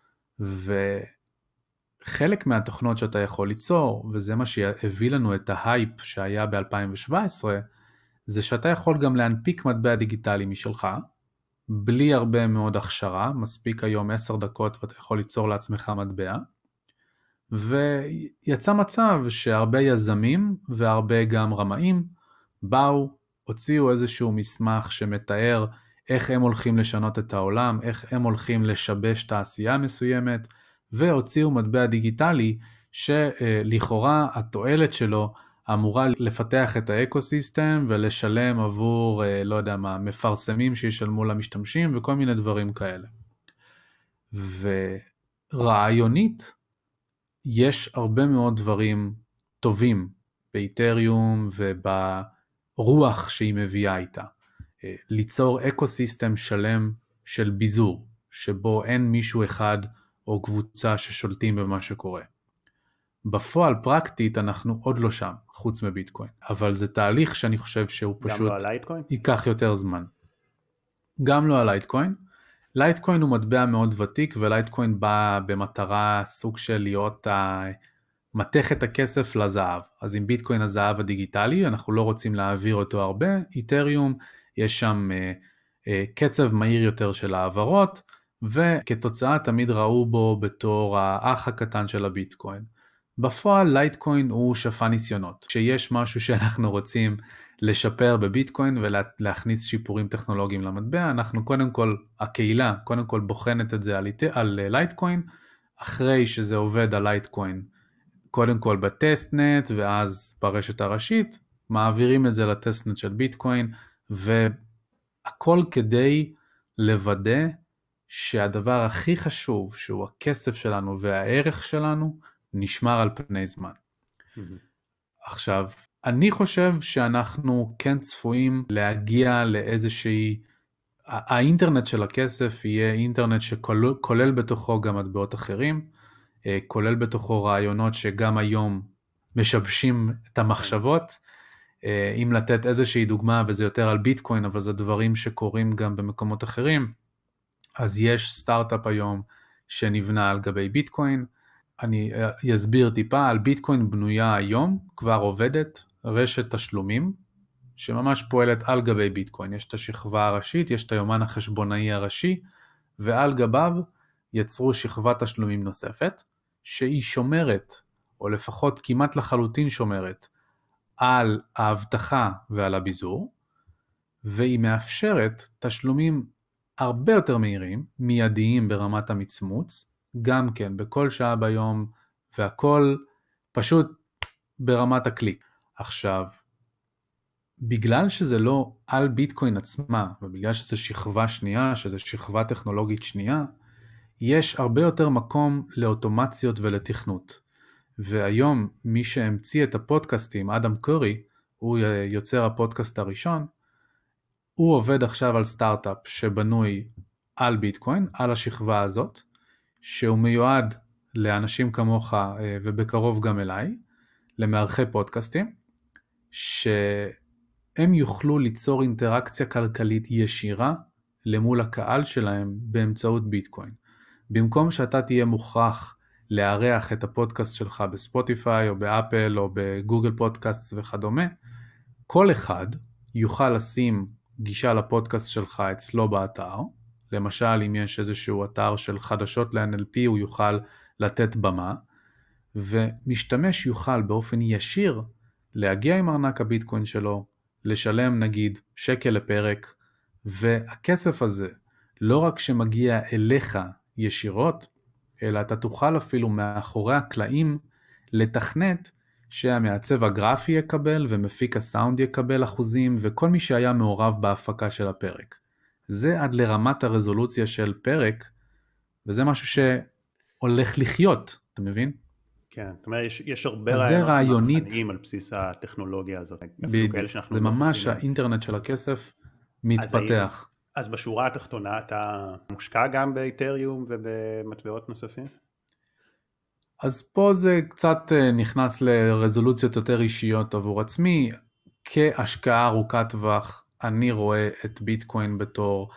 וחלק מהתוכנות שאתה יכול ליצור, וזה מה שהביא לנו את ההייפ שהיה ב-2017, זה שאתה יכול גם להנפיק מטבע דיגיטלי משלך, בלי הרבה מאוד הכשרה, מספיק היום 10 דקות ואתה יכול ליצור לעצמך מטבע, ויצא מצב שהרבה יזמים והרבה גם רמאים באו, הוציאו איזשהו מסמך שמתאר איך הם הולכים לשנות את העולם, איך הם הולכים לשבש תעשייה מסוימת, והוציאו מטבע דיגיטלי שלכאורה התועלת שלו אמורה לפתח את האקוסיסטם ולשלם עבור, לא יודע מה, מפרסמים שישלמו למשתמשים וכל מיני דברים כאלה. ורעיונית, יש הרבה מאוד דברים טובים באיתריום וברוח שהיא מביאה איתה. ליצור אקוסיסטם שלם של ביזור, שבו אין מישהו אחד או קבוצה ששולטים במה שקורה. בפועל פרקטית אנחנו עוד לא שם, חוץ מביטקוין, אבל זה תהליך שאני חושב שהוא פשוט... גם לא על לייטקוין? ייקח יותר זמן. גם לא על לייטקוין. לייטקוין הוא מטבע מאוד ותיק, ולייטקוין בא במטרה סוג של להיות מתכת הכסף לזהב. אז עם ביטקוין הזהב הדיגיטלי, אנחנו לא רוצים להעביר אותו הרבה, איתריום יש שם קצב מהיר יותר של העברות, וכתוצאה תמיד ראו בו בתור האח הקטן של הביטקוין. בפועל לייטקוין הוא שפע ניסיונות. כשיש משהו שאנחנו רוצים לשפר בביטקוין ולהכניס שיפורים טכנולוגיים למטבע, אנחנו קודם כל, הקהילה קודם כל בוחנת את זה על לייטקוין, אחרי שזה עובד על לייטקוין, קודם כל בטסטנט ואז ברשת הראשית, מעבירים את זה לטסטנט של ביטקוין, והכל כדי לוודא שהדבר הכי חשוב, שהוא הכסף שלנו והערך שלנו, נשמר על פני זמן. עכשיו, אני חושב שאנחנו כן צפויים להגיע לאיזושהי, האינטרנט של הכסף יהיה אינטרנט שכולל בתוכו גם מטבעות אחרים, כולל בתוכו רעיונות שגם היום משבשים את המחשבות, אם לתת איזושהי דוגמה, וזה יותר על ביטקוין, אבל זה דברים שקורים גם במקומות אחרים, אז יש סטארט-אפ היום שנבנה על גבי ביטקוין, אני אסביר טיפה, על ביטקוין בנויה היום, כבר עובדת רשת תשלומים, שממש פועלת על גבי ביטקוין, יש את השכבה הראשית, יש את היומן החשבונאי הראשי, ועל גביו יצרו שכבת תשלומים נוספת, שהיא שומרת, או לפחות כמעט לחלוטין שומרת, על ההבטחה ועל הביזור, והיא מאפשרת תשלומים הרבה יותר מהירים, מיידיים ברמת המצמוץ, גם כן בכל שעה ביום, והכל פשוט ברמת הקליק. עכשיו, בגלל שזה לא על ביטקוין עצמה, ובגלל שזה שכבה שנייה, שזה שכבה טכנולוגית שנייה, יש הרבה יותר מקום לאוטומציות ולתכנות. והיום מי שהמציא את הפודקאסטים, אדם קורי, הוא יוצר הפודקאסט הראשון, הוא עובד עכשיו על סטארט-אפ שבנוי על ביטקוין, על השכבה הזאת, שהוא מיועד לאנשים כמוך ובקרוב גם אליי, למערכי פודקאסטים, שהם יוכלו ליצור אינטראקציה כלכלית ישירה למול הקהל שלהם באמצעות ביטקוין. במקום שאתה תהיה מוכרח לארח את הפודקאסט שלך בספוטיפיי או באפל או בגוגל פודקאסט וכדומה, כל אחד יוכל לשים גישה לפודקאסט שלך אצלו באתר. למשל, אם יש איזשהו אתר של חדשות ל-NLP, הוא יוכל לתת במה, ומשתמש יוכל באופן ישיר להגיע עם ארנק הביטקוין שלו, לשלם נגיד שקל לפרק, והכסף הזה לא רק שמגיע אליך ישירות, אלא אתה תוכל אפילו מאחורי הקלעים לתכנת שהמעצב הגרפי יקבל ומפיק הסאונד יקבל אחוזים וכל מי שהיה מעורב בהפקה של הפרק. זה עד לרמת הרזולוציה של פרק, וזה משהו שהולך לחיות, אתה מבין? כן, זאת אומרת, יש הרבה רעיונות על בסיס הטכנולוגיה הזאת. זה ממש האינטרנט של הכסף מתפתח. אז בשורה התחתונה אתה מושקע גם באתריום ובמטבעות נוספים? אז פה זה קצת נכנס לרזולוציות יותר אישיות עבור עצמי. כהשקעה ארוכת טווח, אני רואה את ביטקוין בתור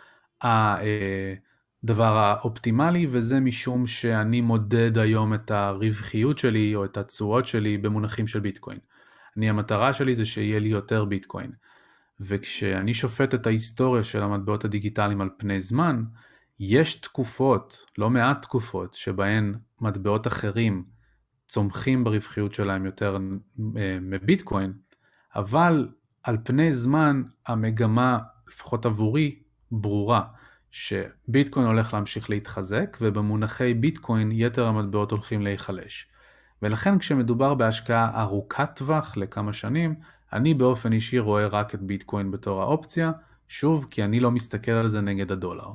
הדבר האופטימלי, וזה משום שאני מודד היום את הרווחיות שלי או את התשואות שלי במונחים של ביטקוין. המטרה שלי זה שיהיה לי יותר ביטקוין. וכשאני שופט את ההיסטוריה של המטבעות הדיגיטליים על פני זמן, יש תקופות, לא מעט תקופות, שבהן מטבעות אחרים צומחים ברווחיות שלהם יותר מביטקוין, אבל על פני זמן המגמה, לפחות עבורי, ברורה, שביטקוין הולך להמשיך להתחזק, ובמונחי ביטקוין יתר המטבעות הולכים להיחלש. ולכן כשמדובר בהשקעה ארוכת טווח לכמה שנים, אני באופן אישי רואה רק את ביטקוין בתור האופציה, שוב, כי אני לא מסתכל על זה נגד הדולר.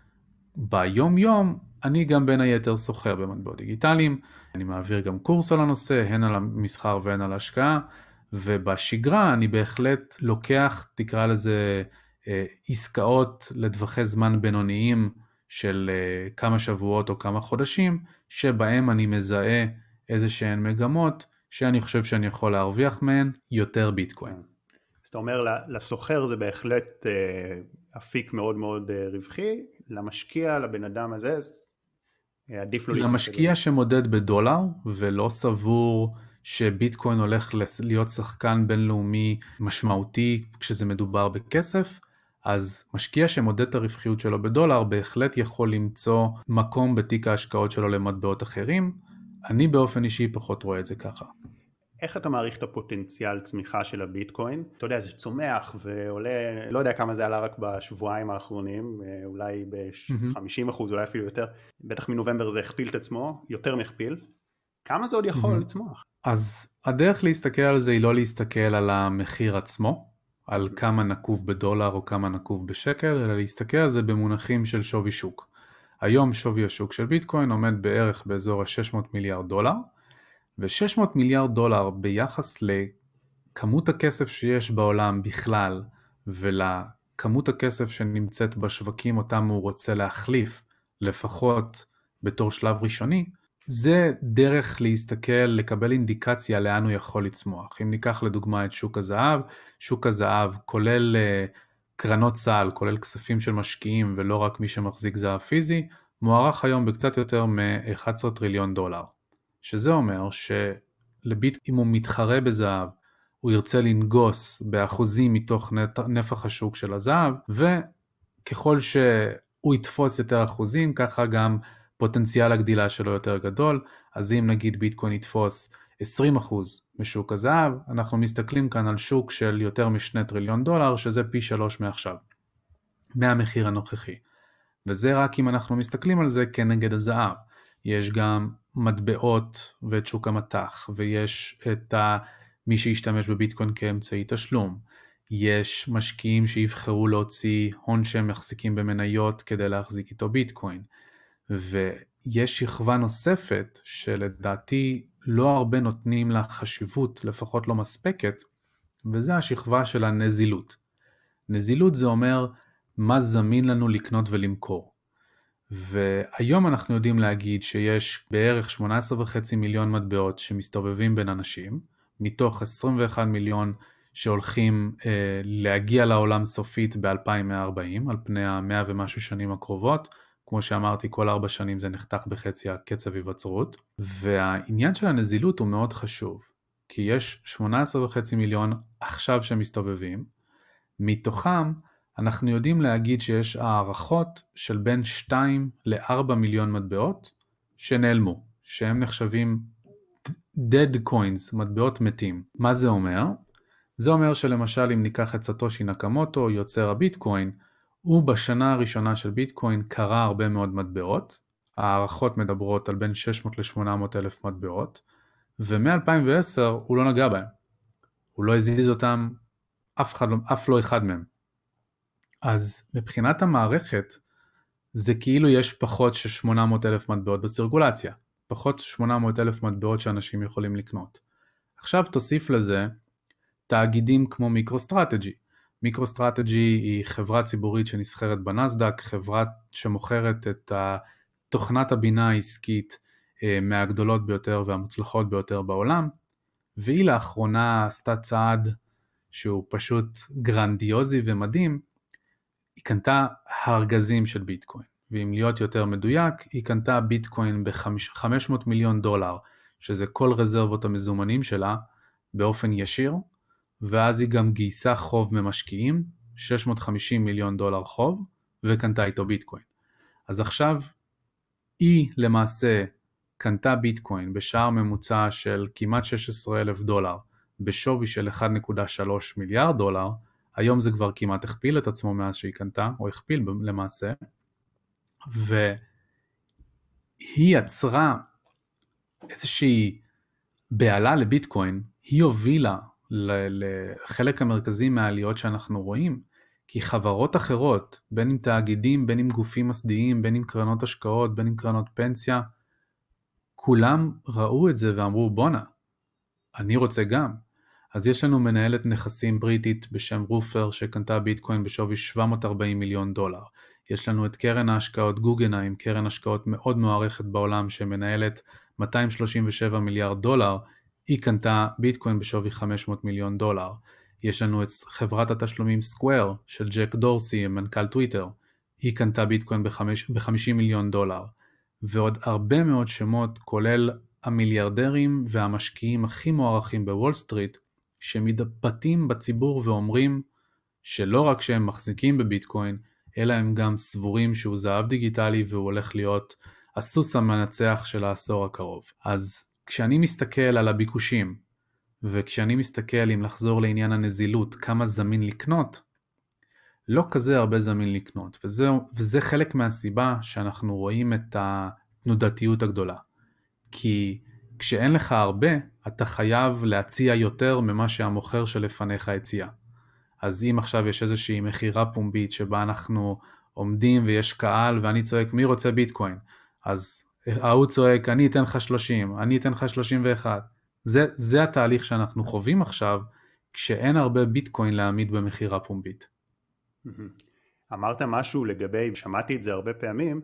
ביום יום, אני גם בין היתר סוחר במטבעות דיגיטליים, אני מעביר גם קורס על הנושא, הן על המסחר והן על ההשקעה, ובשגרה אני בהחלט לוקח, תקרא לזה, עסקאות לטווחי זמן בינוניים של כמה שבועות או כמה חודשים, שבהם אני מזהה איזה שהן מגמות, שאני חושב שאני יכול להרוויח מהן יותר ביטקוין. אז אתה אומר, לסוחר זה בהחלט אפיק מאוד מאוד רווחי, למשקיע, לבן אדם הזה, עדיף לו להתמקד. למשקיע שמודד בדולר, ולא סבור שביטקוין הולך להיות שחקן בינלאומי משמעותי כשזה מדובר בכסף, אז משקיע שמודד את הרווחיות שלו בדולר, בהחלט יכול למצוא מקום בתיק ההשקעות שלו למטבעות אחרים. אני באופן אישי פחות רואה את זה ככה. איך אתה מעריך את הפוטנציאל צמיחה של הביטקוין? אתה יודע, זה צומח ועולה, לא יודע כמה זה עלה רק בשבועיים האחרונים, אולי ב-50%, אולי אפילו יותר. בטח מנובמבר זה הכפיל את עצמו, יותר מכפיל. כמה זה עוד יכול לצמוח? אז הדרך להסתכל על זה היא לא להסתכל על המחיר עצמו, על כמה נקוב בדולר או כמה נקוב בשקל, אלא להסתכל על זה במונחים של שווי שוק. היום שווי השוק של ביטקוין עומד בערך באזור ה-600 מיליארד דולר, ו-600 מיליארד דולר ביחס לכמות הכסף שיש בעולם בכלל, ולכמות הכסף שנמצאת בשווקים אותם הוא רוצה להחליף, לפחות בתור שלב ראשוני, זה דרך להסתכל, לקבל אינדיקציה לאן הוא יכול לצמוח. אם ניקח לדוגמה את שוק הזהב כולל קרנות סל, כולל כספים של משקיעים ולא רק מי שמחזיק זהב פיזי, מוערך היום בקצת יותר מ-11 טריליון דולר. שזה אומר אם הוא מתחרה בזהב, הוא ירצה לנגוס באחוזים מתוך נפח השוק של הזהב, וככל שהוא יתפוס יותר אחוזים, ככה גם פוטנציאל הגדילה שלו יותר גדול. אז אם נגיד ביטקוין יתפוס 20% משוק הזהב, אנחנו מסתכלים כאן על שוק של יותר מ2 טריליון דולר, שזה פי 3 מעכשיו, מהמחיר הנוכחי. וזה רק אם אנחנו מסתכלים על זה כנגד הזהב. יש גם מטבעות ואת שוק המטח, ויש את מי שישתמש בביטקוין כאמצעי תשלום. יש משקיעים שיבחרו להוציא הון שהם מחזיקים במניות כדי להחזיק איתו ביטקוין. ויש שכבה נוספת שלדעתי לא הרבה נותנים לה חשיבות, לפחות לא מספקת, וזה השכבה של הנזילות. נזילות זה אומר מה זמין לנו לקנות ולמכור. והיום אנחנו יודעים להגיד שיש בערך 18.5 מיליון מטבעות שמסתובבים בין אנשים, מתוך 21 מיליון שהולכים להגיע לעולם סופית ב-2140, על פני ה-100 ומשהו שנים הקרובות. כמו שאמרתי, כל 4 שנים זה נחתך בחצי הקצב היווצרות. והעניין של הנזילות הוא מאוד חשוב, כי יש 18.5 מיליון עכשיו שמסתובבים, מתוכם אנחנו יודעים להגיד שיש הערכות של בין 2 ל-4 מיליון מטבעות שנעלמו, שהם נחשבים dead coins, מטבעות מתים. מה זה אומר? זה אומר שלמשל אם ניקח את סטושי נקמוטו, יוצר הביטקוין, הוא בשנה הראשונה של ביטקוין קרא הרבה מאוד מטבעות, הערכות מדברות על בין 600 ל-800 אלף מטבעות, ומ-2010 הוא לא נגע בהם, הוא לא הזיז אותם, אף לא אחד מהם. אז מבחינת המערכת, זה כאילו יש פחות ש-800 אלף מטבעות בסירגולציה, פחות 800 אלף מטבעות שאנשים יכולים לקנות. עכשיו תוסיף לזה תאגידים כמו מיקרוסטרטג'י. מיקרוסטרטג'י היא חברה ציבורית שנסחרת בנסדק, חברה שמוכרת את תוכנת הבינה העסקית מהגדולות ביותר והמוצלחות ביותר בעולם, והיא לאחרונה עשתה צעד שהוא פשוט גרנדיוזי ומדהים, היא קנתה הרגזים של ביטקוין, ואם להיות יותר מדויק, היא קנתה ביטקוין ב$500 מיליון, שזה כל רזרבות המזומנים שלה באופן ישיר, ואז היא גם גייסה חוב ממשקיעים, $650 מיליון חוב, וקנתה איתו ביטקוין. אז עכשיו היא למעשה קנתה ביטקוין בשער ממוצע של כמעט $16,000, בשווי של $1.3 מיליארד, היום זה כבר כמעט הכפיל את עצמו מאז שהיא קנתה, או הכפיל למעשה, והיא יצרה איזושהי בעלה לביטקוין, היא הובילה לחלק המרכזי מהעליות שאנחנו רואים, כי חברות אחרות, בין אם תאגידים, בין אם גופים מסדיים, בין אם קרנות השקעות, בין אם קרנות פנסיה, כולם ראו את זה ואמרו, בונה, אני רוצה גם. אז יש לנו מנהלת נכסים בריטית בשם רופר שקנתה ביטקוין בשווי $740 מיליון. יש לנו את קרן ההשקעות גוגנהיים, קרן השקעות מאוד מוערכת בעולם שמנהלת $237 מיליארד, היא קנתה ביטקוין בשווי $500 מיליון. יש לנו את חברת התשלומים סקוואר של ג'ק דורסי, מנכ"ל טוויטר, היא קנתה ביטקוין ב$50 מיליון, ועוד הרבה מאוד שמות, כולל המיליארדרים והמשקיעים הכי מוערכים בוול סטריט, שמתבטאים בציבור ואומרים שלא רק שהם מחזיקים בביטקוין, אלא הם גם סבורים שהוא זהב דיגיטלי והוא הולך להיות הסוס המנצח של העשור הקרוב. אז כשאני מסתכל על הביקושים, וכשאני מסתכל אם לחזור לעניין הנזילות, כמה זמין לקנות, לא כזה הרבה זמין לקנות, וזה חלק מהסיבה שאנחנו רואים את התנודתיות הגדולה. כי כשאין לך הרבה, אתה חייב להציע יותר ממה שהמוכר שלפניך הציע. אז אם עכשיו יש איזושהי מחירה פומבית שבה אנחנו עומדים ויש קהל ואני צועק מי רוצה ביטקוין, אז ההוא צועק אני אתן לך 30, אני אתן לך 31. זה התהליך שאנחנו חווים עכשיו, כשאין הרבה ביטקוין להעמיד במחירה פומבית. אמרת משהו לגבי, שמעתי את זה הרבה פעמים,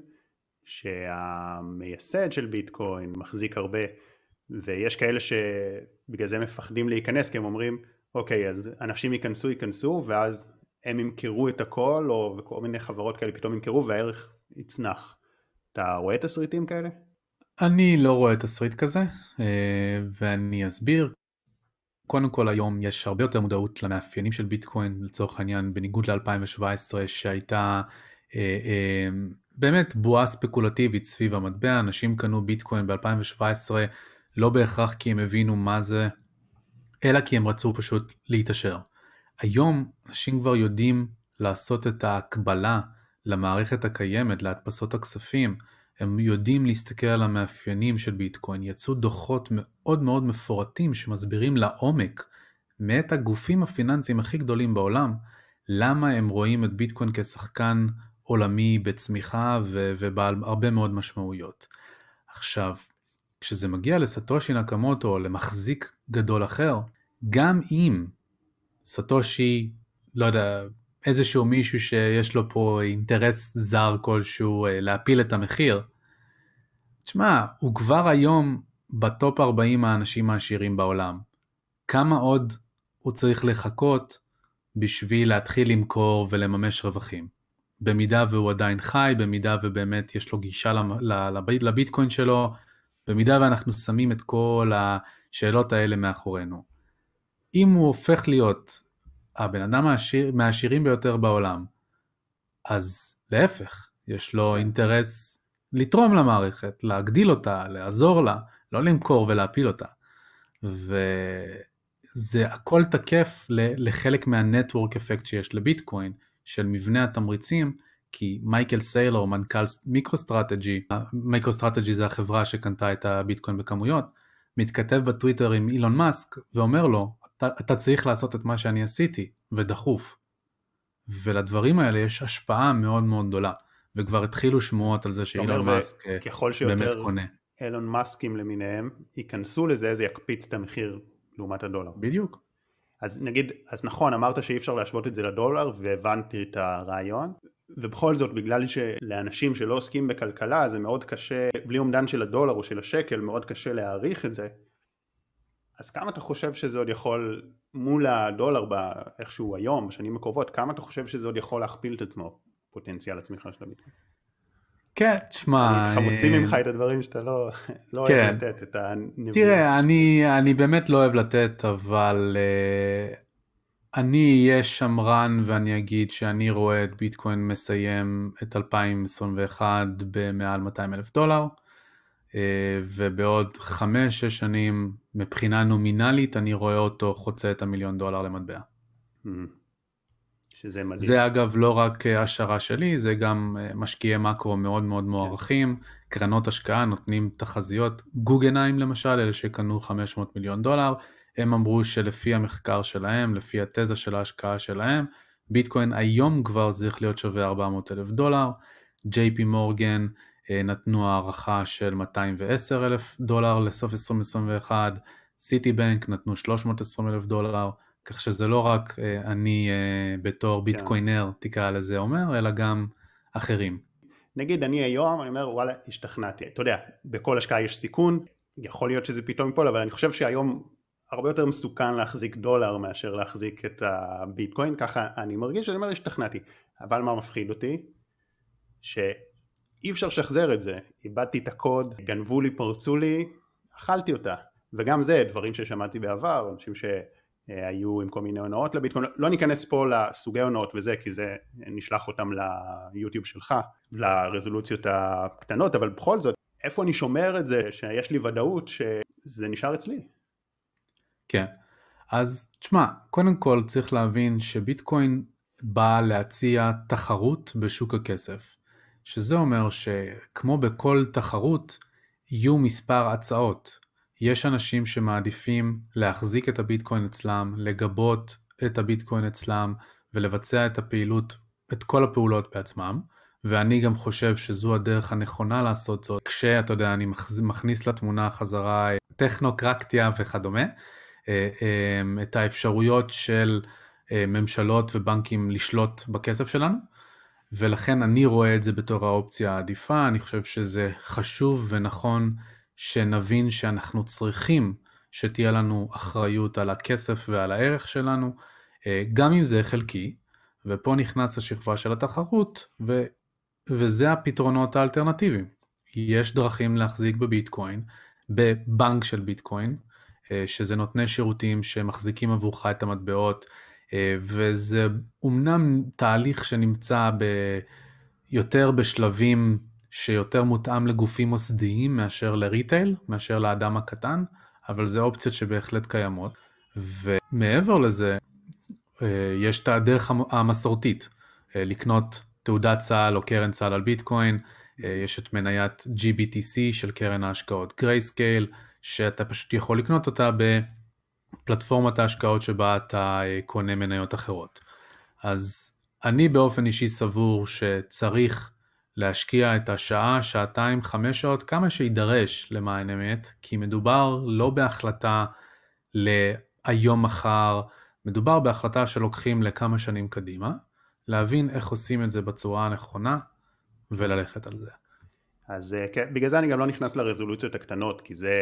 שהמייסד של ביטקוין מחזיק הרבה, ויש כאלה שבגלל זה מפחדים להיכנס, כי הם אומרים, אוקיי, אז אנשים ייכנסו, ואז הם ימכרו את הכל, או וכל מיני חברות כאלה פתאום ימכרו, והערך יצנח. אתה רואה תסריטים כאלה? אני לא רואה תסריט כזה, ואני אסביר. קודם כל היום יש הרבה יותר מודעות למאפיינים של ביטקוין, לצורך העניין, בניגוד ל-2017 שהייתה באמת בועה ספקולטיבית סביב המטבע. אנשים קנו ביטקוין ב-2017 לא בהכרח כי הם הבינו מה זה, אלא כי הם רצו פשוט להתעשר. היום אנשים כבר יודעים לעשות את ההקבלה למערכת הקיימת, להדפסות הכספים, הם יודעים להסתכל על המאפיינים של ביטקוין, יצאו דוחות מאוד מאוד מפורטים שמסבירים לעומק מאת הגופים הפיננסיים הכי גדולים בעולם, למה הם רואים את ביטקוין כשחקן עולמי בצמיחה ובעל הרבה מאוד משמעויות. עכשיו, כשזה מגיע לסטושי נקמוטו או למחזיק גדול אחר, גם אם סטושי, לא יודע, איזשהו מישהו שיש לו פה אינטרס זר כלשהו להפיל את המחיר, תשמע, הוא כבר היום בטופ 40 האנשים העשירים בעולם. כמה עוד הוא צריך לחכות בשביל להתחיל למכור ולממש רווחים. במידה והוא עדיין חי, במידה ובאמת יש לו גישה לביטקוין שלו, במידה ואנחנו שמים את כל השאלות האלה מאחורינו. אם הוא הופך להיות הבן אדם מהעשירים ביותר בעולם, אז להפך, יש לו אינטרס לתרום למערכת, להגדיל אותה, לעזור לה, לא למכור ולהפיל אותה. וזה הכל תקף לחלק מהנטוורק אפקט שיש לביטקוין, של מבנה התמריצים, כי מייקל סיילור, מנכ"ל מיקרוסטרטג'י, מיקרוסטרטג'י זה החברה שקנתה את הביטקוין בכמויות, מתכתב בטוויטר עם אילון מאסק, ואומר לו, אתה צריך לעשות את מה שאני עשיתי, ודחוף. ולדברים האלה יש השפעה מאוד מאוד גדולה, וכבר התחילו שמועות על זה שאילון מאסק באמת קונה. אילון מאסקים למיניהם ייכנסו לזה, זה יקפיץ את המחיר לעומת הדולר. בדיוק. אז נגיד, אז נכון, אמרת שאי אפשר להשוות את זה לדולר, והבנתי את הרעיון, ובכל זאת, בגלל שלאנשים שלא עוסקים בכלכלה, זה מאוד קשה, בלי אומדן של הדולר או של השקל, מאוד קשה להעריך את זה. אז כמה אתה חושב שזה עוד יכול, מול הדולר באיכשהו היום, בשנים הקרובות, כמה אתה חושב שזה עוד יכול להכפיל את עצמו, פוטנציאל הצמיחה של הביטקוין? כן, תשמע... חמוצים ממך את הדברים שאתה לא אוהב לתת, את הנבואה. תראה, אני באמת לא אוהב לתת, אבל אני אהיה שמרן ואני אגיד שאני רואה את ביטקוין מסיים את 2021 במעל $200,000, ובעוד 5-6 שנים מבחינה נומינלית אני רואה אותו חוצה את $1,000,000 למטבע. שזה מדהים. זה אגב לא רק השערה שלי, זה גם משקיעי מקרו מאוד מאוד מוערכים, קרנות השקעה נותנים תחזיות, גוגנהיים למשל, אלה שקנו $500 מיליון, הם אמרו שלפי המחקר שלהם, לפי התזה של ההשקעה שלהם, ביטקוין היום כבר צריך להיות שווה $400,000, JP מורגן נתנו הערכה של $210,000 לסוף 2021, סיטי בנק נתנו $320,000, כך שזה לא רק אני בתור ביטקוינר תקרא לזה אומר, אלא גם אחרים. נגיד אני היום, אני אומר וואלה השתכנעתי, אתה יודע, בכל השקעה יש סיכון, יכול להיות שזה פתאום יפול, אבל אני חושב שהיום הרבה יותר מסוכן להחזיק דולר מאשר להחזיק את הביטקוין, ככה אני מרגיש, אני אומר השתכנעתי, אבל מה מפחיד אותי? שאי אפשר לשחזר את זה, איבדתי את הקוד, גנבו לי, פרצו לי, אכלתי אותה, וגם זה דברים ששמעתי בעבר, אנשים שהיו עם כל מיני הונאות לביטקוין, לא ניכנס פה לסוגי הונאות וזה, כי זה נשלח אותם ליוטיוב שלך, לרזולוציות הקטנות, אבל בכל זאת, איפה אני שומר את זה, שיש לי ודאות שזה נשאר אצלי? כן, אז תשמע, קודם כל צריך להבין שביטקוין בא להציע תחרות בשוק הכסף, שזה אומר שכמו בכל תחרות, יהיו מספר הצעות. יש אנשים שמעדיפים להחזיק את הביטקוין אצלם, לגבות את הביטקוין אצלם, ולבצע את הפעילות, את כל הפעולות בעצמם, ואני גם חושב שזו הדרך הנכונה לעשות זאת, כשאתה יודע, אני מכניס לתמונה חזרה טכנוקרטיה וכדומה, את האפשרויות של ממשלות ובנקים לשלוט בכסף שלנו, ולכן אני רואה את זה בתור האופציה העדיפה, אני חושב שזה חשוב ונכון שנבין שאנחנו צריכים שתהיה לנו אחריות על הכסף ועל הערך שלנו, גם אם זה חלקי, ופה נכנס השכבה של התחרות, וזה הפתרונות האלטרנטיביים. יש דרכים להחזיק בביטקוין, בבנק של ביטקוין, שזה נותני שירותים שמחזיקים עבורך את המטבעות, וזה אומנם תהליך שנמצא יותר בשלבים שיותר מותאם לגופים מוסדיים מאשר לריטייל, מאשר לאדם הקטן, אבל זה אופציות שבהחלט קיימות, ומעבר לזה, יש את הדרך המסורתית, לקנות תעודת צהל או קרן צהל על ביטקוין, יש את מניית GBTC של קרן ההשקעות גרייסקייל, שאתה פשוט יכול לקנות אותה בפלטפורמת ההשקעות שבה אתה קונה מניות אחרות. אז אני באופן אישי סבור שצריך להשקיע את השעה, שעתיים, 5 שעות, כמה שידרש למען אמת, כי מדובר לא בהחלטה להיום מחר, מדובר בהחלטה שלוקחים לכמה שנים קדימה, להבין איך עושים את זה בצורה הנכונה, וללכת על זה. אז כן, בגלל זה אני גם לא נכנס לרזולוציות הקטנות, כי זה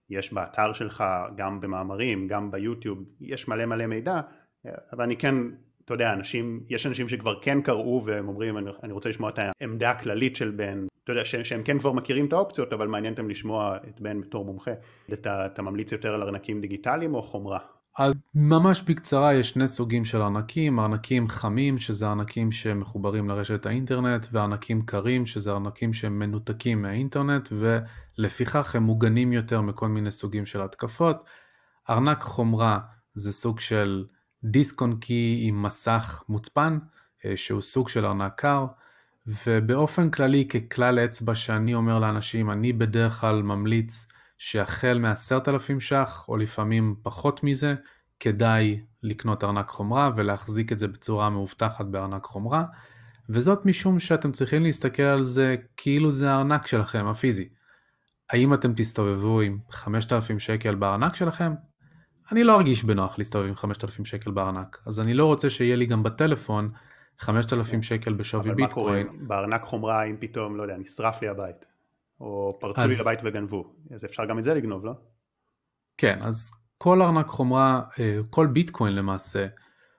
יש באתר שלך, גם במאמרים, גם ביוטיוב, יש מלא מלא מידע, אבל אני כן, אתה יודע, יש אנשים שכבר כן קראו והם אומרים, אני רוצה לשמוע את העמדה הכללית של בן, אתה יודע, שהם כן כבר מכירים את האופציות, אבל מעניין אותם לשמוע את בן בתור מומחה. אתה ממליץ יותר על ארנקים דיגיטליים או חומרה? אז ממש בקצרה, יש שני סוגים של ארנקים, ארנקים חמים, שזה ארנקים שמחוברים לרשת האינטרנט, וארנקים קרים, שזה ארנקים שהם מנותקים מהאינטרנט, ולפיכך הם מוגנים יותר מכל מיני סוגים של התקפות. ארנק חומרה זה סוג של דיסק און קי עם מסך מוצפן, שהוא סוג של ארנק קר, ובאופן כללי, ככלל אצבע שאני אומר לאנשים, אני בדרך כלל ממליץ שהחל מ10,000 ש"ח, או לפעמים פחות מזה, כדאי לקנות ארנק חומרה ולהחזיק את זה בצורה מאובטחת בארנק חומרה, וזאת משום שאתם צריכים להסתכל על זה כאילו זה הארנק שלכם, הפיזי. האם אתם תסתובבו עם 5,000 שקל בארנק שלכם? אני לא ארגיש בנוח להסתובב עם 5,000 שקל בארנק, אז אני לא רוצה שיהיה לי גם בטלפון 5,000 שקל בשווי ביטקוין. אבל מה קורה בארנק חומרה אם פתאום, לא יודע, נשרף לי הבית, או פרצו לי לבית וגנבו, אז אפשר גם את זה לגנוב, לא? כן, אז כל ארנק חומרה, כל ביטקוין למעשה,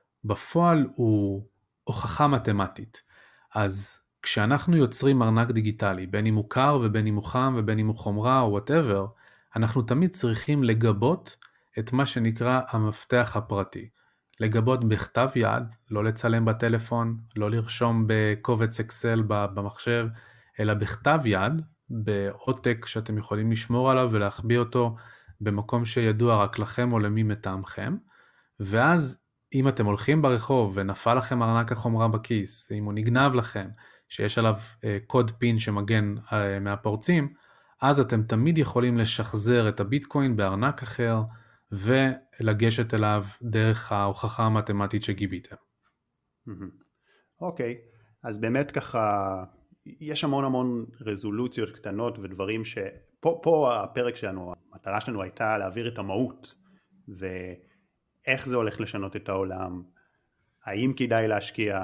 בפועל הוא הוכחה מתמטית. אז כשאנחנו יוצרים ארנק דיגיטלי, בין אם הוא קר ובין אם הוא חם ובין אם הוא חומרה או whatever, אנחנו תמיד צריכים לגבות את מה שנקרא המפתח הפרטי. לגבות בכתב יד, לא לצלם בטלפון, לא לרשום בקובץ אקסל במחשב, אלא בכתב יד, בעותק שאתם יכולים לשמור עליו ולהחביא אותו במקום שידוע רק לכם או למי מטעמכם. ואז אם אתם הולכים ברחוב ונפל לכם ארנק החומרה בכיס, אם הוא נגנב לכם, שיש עליו קוד פין שמגן מהפורצים, אז אתם תמיד יכולים לשחזר את הביטקוין בארנק אחר, ולגשת אליו דרך ההוכחה המתמטית שגיביתם. אוקיי, אז באמת ככה, יש המון רזולוציות קטנות ודברים פה הפרק שלנו, המטרה שלנו הייתה להעביר את המהות, ואיך זה הולך לשנות את העולם, האם כדאי להשקיע,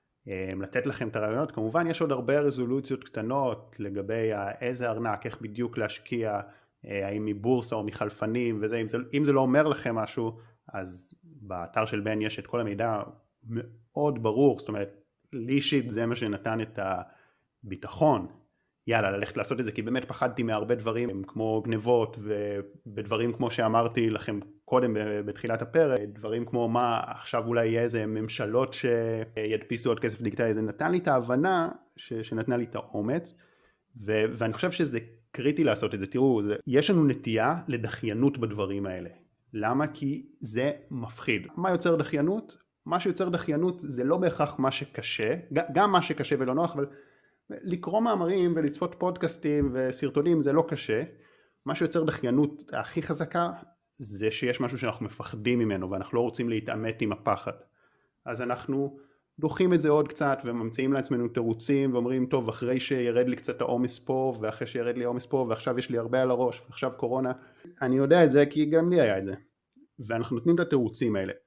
לתת לכם את הרעיונות. כמובן יש עוד הרבה רזולוציות קטנות לגבי איזה ארנק, איך בדיוק להשקיע, האם מבורסה או מחלפנים וזה, אם זה לא אומר לכם משהו, אז באתר של בן יש את כל המידע מאוד ברור, זאת אומרת, לי אישית זה מה שנתן את הביטחון, יאללה, ללכת לעשות את זה, כי באמת פחדתי מהרבה דברים, כמו גנבות ודברים כמו שאמרתי לכם קודם בתחילת הפרק, דברים כמו מה עכשיו אולי יהיה איזה ממשלות שידפיסו עוד כסף דיגיטלי, זה נתן לי את ההבנה שנתנה לי את האומץ, ואני חושב שזה קריטי לעשות את זה. תראו, יש לנו נטייה לדחיינות בדברים האלה. למה? כי זה מפחיד. מה יוצר דחיינות? מה שיוצר דחיינות זה לא בהכרח מה שקשה, גם מה שקשה ולא נוח, אבל לקרוא מאמרים ולצפות פודקאסטים וסרטונים זה לא קשה. מה שיוצר דחיינות הכי חזקה זה שיש משהו שאנחנו מפחדים ממנו ואנחנו לא רוצים להתעמת עם הפחד. אז אנחנו דוחים את זה עוד קצת וממציאים לעצמנו תירוצים ואומרים טוב, אחרי שירד לי קצת העומס פה ואחרי שירד לי העומס פה ועכשיו יש לי הרבה על הראש ועכשיו קורונה, אני יודע את זה כי גם לי היה את זה, ואנחנו נותנים את התירוצים האלה.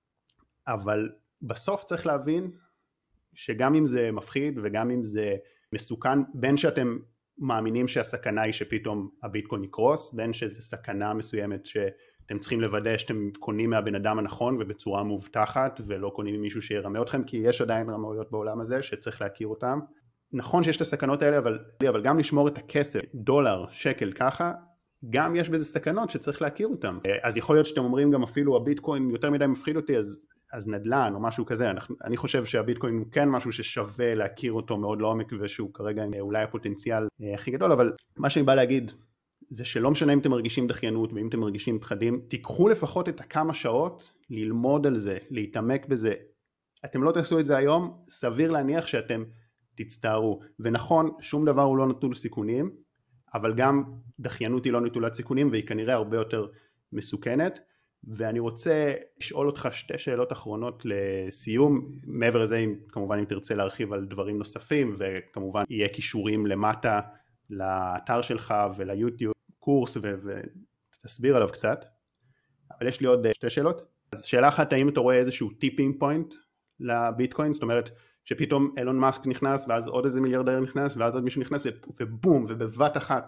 אבל בסוף צריך להבין שגם אם זה מפחיד וגם אם זה מסוכן, בין שאתם מאמינים שהסכנה היא שפתאום הביטקוין יקרוס, בין שזה סכנה מסוימת שאתם צריכים לוודא שאתם קונים מהבן אדם הנכון ובצורה מובטחת ולא קונים ממישהו שירמה אתכם, כי יש עדיין רמאויות בעולם הזה שצריך להכיר אותם. נכון שיש את הסכנות האלה, אבל גם לשמור את הכסף, דולר, שקל ככה, גם יש בזה סכנות שצריך להכיר אותם. אז יכול להיות שאתם אומרים גם אפילו הביטקוין יותר מדי מפחיד אותי, אז נדל"ן או משהו כזה. אני חושב שהביטקוין הוא כן משהו ששווה להכיר אותו מאוד לעומק, ושהוא כרגע אולי הפוטנציאל הכי גדול, אבל מה שאני בא להגיד זה שלא משנה אם אתם מרגישים דחיינות ואם אתם מרגישים פחדים, תיקחו לפחות את הכמה שעות ללמוד על זה, להתעמק בזה. אתם לא תעשו את זה היום, סביר להניח שאתם תצטערו. ונכון, שום דבר הוא לא נטול סיכונים, אבל גם דחיינות היא לא נטולת סיכונים והיא כנראה הרבה יותר מסוכנת. ואני רוצה לשאול אותך שתי שאלות אחרונות לסיום, מעבר לזה כמובן אם תרצה להרחיב על דברים נוספים, וכמובן יהיה קישורים למטה לאתר שלך וליוטיוב, קורס ותסביר עליו קצת, אבל יש לי עוד שתי שאלות. אז שאלה אחת, האם אתה רואה איזשהו טיפינג פוינט לביטקוין, זאת אומרת שפתאום אילון מאסק נכנס ואז עוד איזה מיליארדר נכנס ואז עוד מישהו נכנס ובום ובבת אחת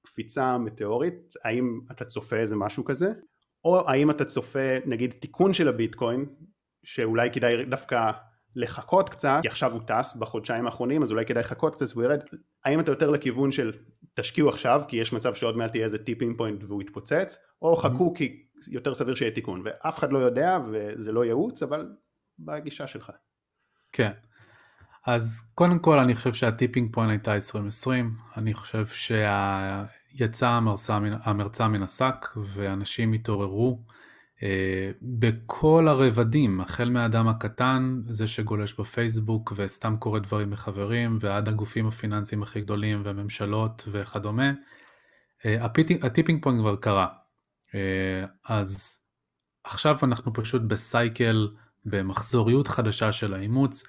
קפיצה מטאורית, האם אתה צופה איזה משהו כזה? או האם אתה צופה נגיד תיקון של הביטקוין, שאולי כדאי דווקא לחכות קצת, כי עכשיו הוא טס בחודשיים האחרונים, אז אולי כדאי לחכות קצת והוא ירד. האם אתה יותר לכיוון של תשקיעו עכשיו, כי יש מצב שעוד מעט תהיה איזה טיפינג פוינט והוא יתפוצץ, או חכו כי יותר סביר שיהיה תיקון, ואף אחד לא יודע וזה לא ייעוץ, אבל בגישה שלך. כן. אז קודם כל אני חושב שהטיפינג פוינט הייתה 2020, אני חושב שיצא המרצה מן השק ואנשים התעוררו בכל הרבדים, החל מהאדם הקטן, זה שגולש בפייסבוק וסתם קורא דברים מחברים, ועד הגופים הפיננסיים הכי גדולים וממשלות וכדומה. הטיפינג פוינט כבר קרה. אז עכשיו אנחנו פשוט בסייקל, במחזוריות חדשה של האימוץ,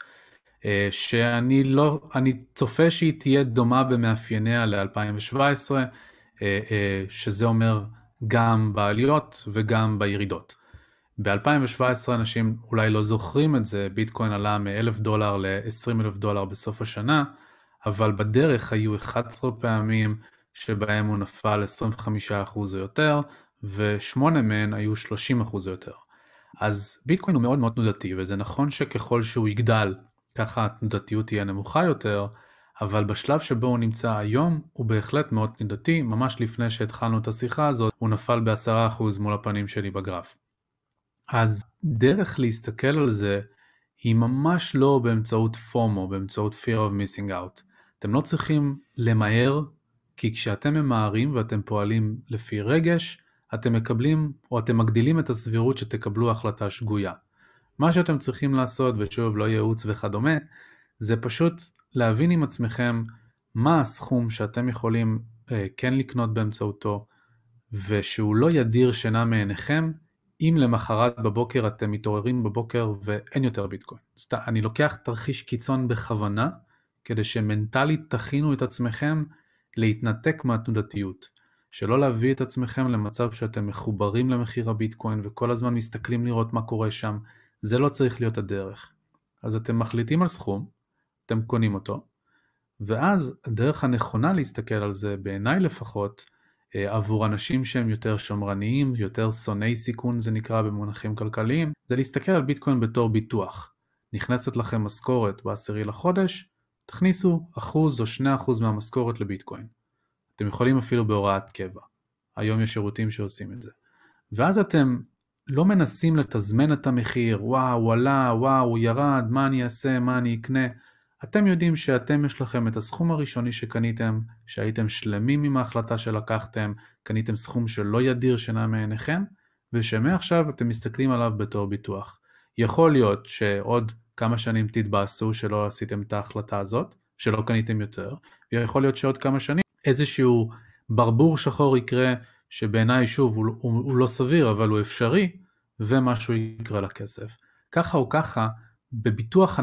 אני צופה שהיא תהיה דומה במאפייניה ל-2017, שזה אומר גם בעליות וגם בירידות. ב-2017 אנשים אולי לא זוכרים את זה, ביטקוין עלה $1,000 ל-$20,000 בסוף השנה, אבל בדרך היו 11 פעמים שבהם הוא נפל 25% או יותר, ו8 מהן היו 30% או יותר. אז ביטקוין הוא מאוד מאוד תנודתי, וזה נכון שככל שהוא יגדל, ככה התנודתיות תהיה נמוכה יותר, אבל בשלב שבו הוא נמצא היום, הוא בהחלט מאוד תנודתי, ממש לפני שהתחלנו את השיחה הזאת, הוא נפל ב10% מול הפנים שלי בגרף. אז דרך להסתכל על זה, היא ממש לא באמצעות פומו, באמצעות fear of missing out. אתם לא צריכים למהר, כי כשאתם ממהרים ואתם פועלים לפי רגש, אתם מקבלים או אתם מגדילים את הסבירות שתקבלו החלטה שגויה. מה שאתם צריכים לעשות, ושוב לא ייעוץ וכדומה, זה פשוט להבין עם עצמכם מה הסכום שאתם יכולים כן לקנות באמצעותו, ושהוא לא ידיר שינה מעיניכם, אם למחרת בבוקר אתם מתעוררים בבוקר ואין יותר ביטקוין. אני לוקח תרחיש קיצון בכוונה, כדי שמנטלית תכינו את עצמכם להתנתק מהתנודתיות. שלא להביא את עצמכם למצב שאתם מחוברים למחיר הביטקוין וכל הזמן מסתכלים לראות מה קורה שם. זה לא צריך להיות הדרך. אז אתם מחליטים על סכום, אתם קונים אותו, ואז הדרך הנכונה להסתכל על זה, בעיניי לפחות, עבור אנשים שהם יותר שמרניים, יותר שונאי סיכון זה נקרא במונחים כלכליים, זה להסתכל על ביטקוין בתור ביטוח. נכנסת לכם משכורת ב10 לחודש, תכניסו 1% או 2% מהמשכורת לביטקוין. אתם יכולים אפילו בהוראת קבע. היום יש שירותים שעושים את זה. ואז אתם לא מנסים לתזמן את המחיר, וואו, הוא עלה, וואו, הוא ירד, מה אני אעשה, מה אני אקנה. אתם יודעים שאתם יש לכם את הסכום הראשוני שקניתם, שהייתם שלמים עם ההחלטה שלקחתם, קניתם סכום שלא ידיר שינה מעיניכם, ושמעכשיו אתם מסתכלים עליו בתור ביטוח. יכול להיות שעוד כמה שנים תתבאסו שלא עשיתם את ההחלטה הזאת, שלא קניתם יותר, ויכול להיות שעוד כמה שנים איזשהו ברבור שחור יקרה, שבעיניי שוב הוא לא סביר, אבל הוא אפשרי, ומשהו יקרה לכסף. ככה או ככה, בביטוח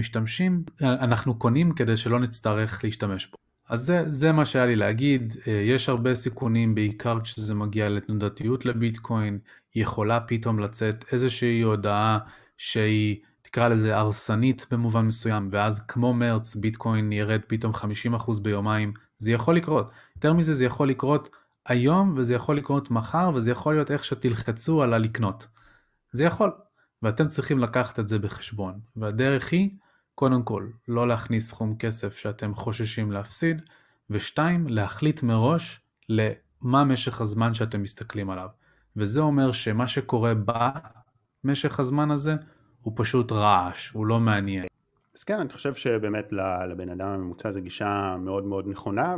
אנחנו קונים כדי שלא נצטרך להשתמש בו. אז זה מה שהיה לי להגיד. יש הרבה סיכונים, בעיקר כשזה מגיע לתנודתיות לביטקוין, היא יכולה פתאום לצאת איזושהי הודעה שהיא, תקרא לזה הרסנית במובן מסוים, ואז כמו מרץ ביטקוין ירד פתאום 50% ביומיים, זה יכול לקרות. יותר מזה זה יכול לקרות היום, וזה יכול לקרות מחר, וזה יכול להיות איך שתלחצו על הלקנות. זה יכול, ואתם צריכים לקחת את זה בחשבון. והדרך היא, קודם כל, לא להכניס סכום כסף שאתם חוששים להפסיד, ושתיים, להחליט מראש למה משך הזמן שאתם מסתכלים עליו. וזה אומר שמה שקורה במשך הזמן הזה, הוא פשוט רעש, הוא לא מעניין. אז כן, אני חושב שבאמת לבן אדם הממוצע זו גישה מאוד מאוד נכונה,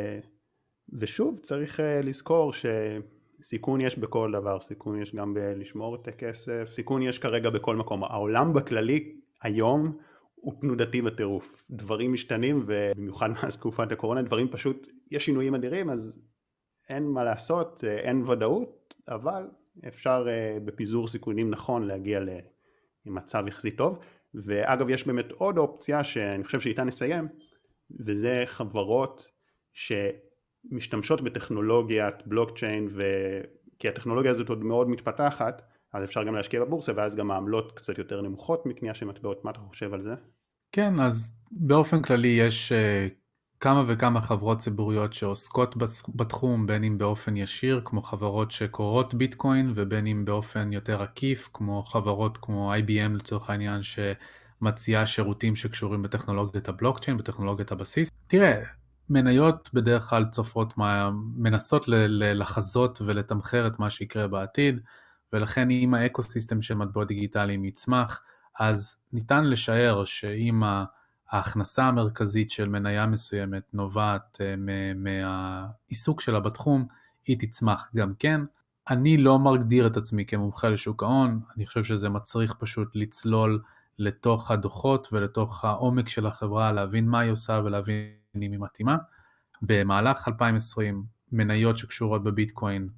ושוב צריך לזכור שסיכון יש בכל דבר, סיכון יש גם בלשמור את הכסף, סיכון יש כרגע בכל מקום. העולם בכללי היום הוא תנודתי בטירוף, דברים משתנים, ובמיוחד מאז תקופת הקורונה, דברים פשוט, יש שינויים אדירים, אז אין מה לעשות, אין ודאות, אבל אפשר בפיזור סיכונים נכון להגיע למצב יחסית טוב. ואגב יש באמת עוד אופציה שאני חושב שאיתה נסיים, וזה חברות שמשתמשות בטכנולוגיית בלוקצ'יין, כי הטכנולוגיה הזאת עוד מאוד מתפתחת, אז אפשר גם להשקיע בבורסה, ואז גם העמלות קצת יותר נמוכות מקנייה של מטבעות. מה אתה חושב על זה? כן, אז באופן כללי יש כמה וכמה חברות ציבוריות שעוסקות בתחום, בין אם באופן ישיר, כמו חברות שקורות ביטקוין, ובין אם באופן יותר עקיף, כמו חברות כמו IBM לצורך העניין, שמציעה שירותים שקשורים בטכנולוגיית הבלוקצ'יין, בטכנולוגיית הבסיס. תראה, מניות בדרך כלל מנסות לחזות ולתמחר את מה שיקרה בעתיד, ולכן אם האקוסיסטם של מטבעות דיגיטליים יצמח, אז ניתן לשער שאם ההכנסה המרכזית של מניה מסוימת נובעת מהעיסוק שלה בתחום, היא תצמח גם כן. אני לא מגדיר את עצמי כמומחה לשוק ההון, אני חושב שזה מצריך פשוט לצלול לתוך הדוחות ולתוך העומק של החברה, להבין מה היא עושה ולהבין אם היא מתאימה. במהלך 2020 מניות שקשורות בביטקוין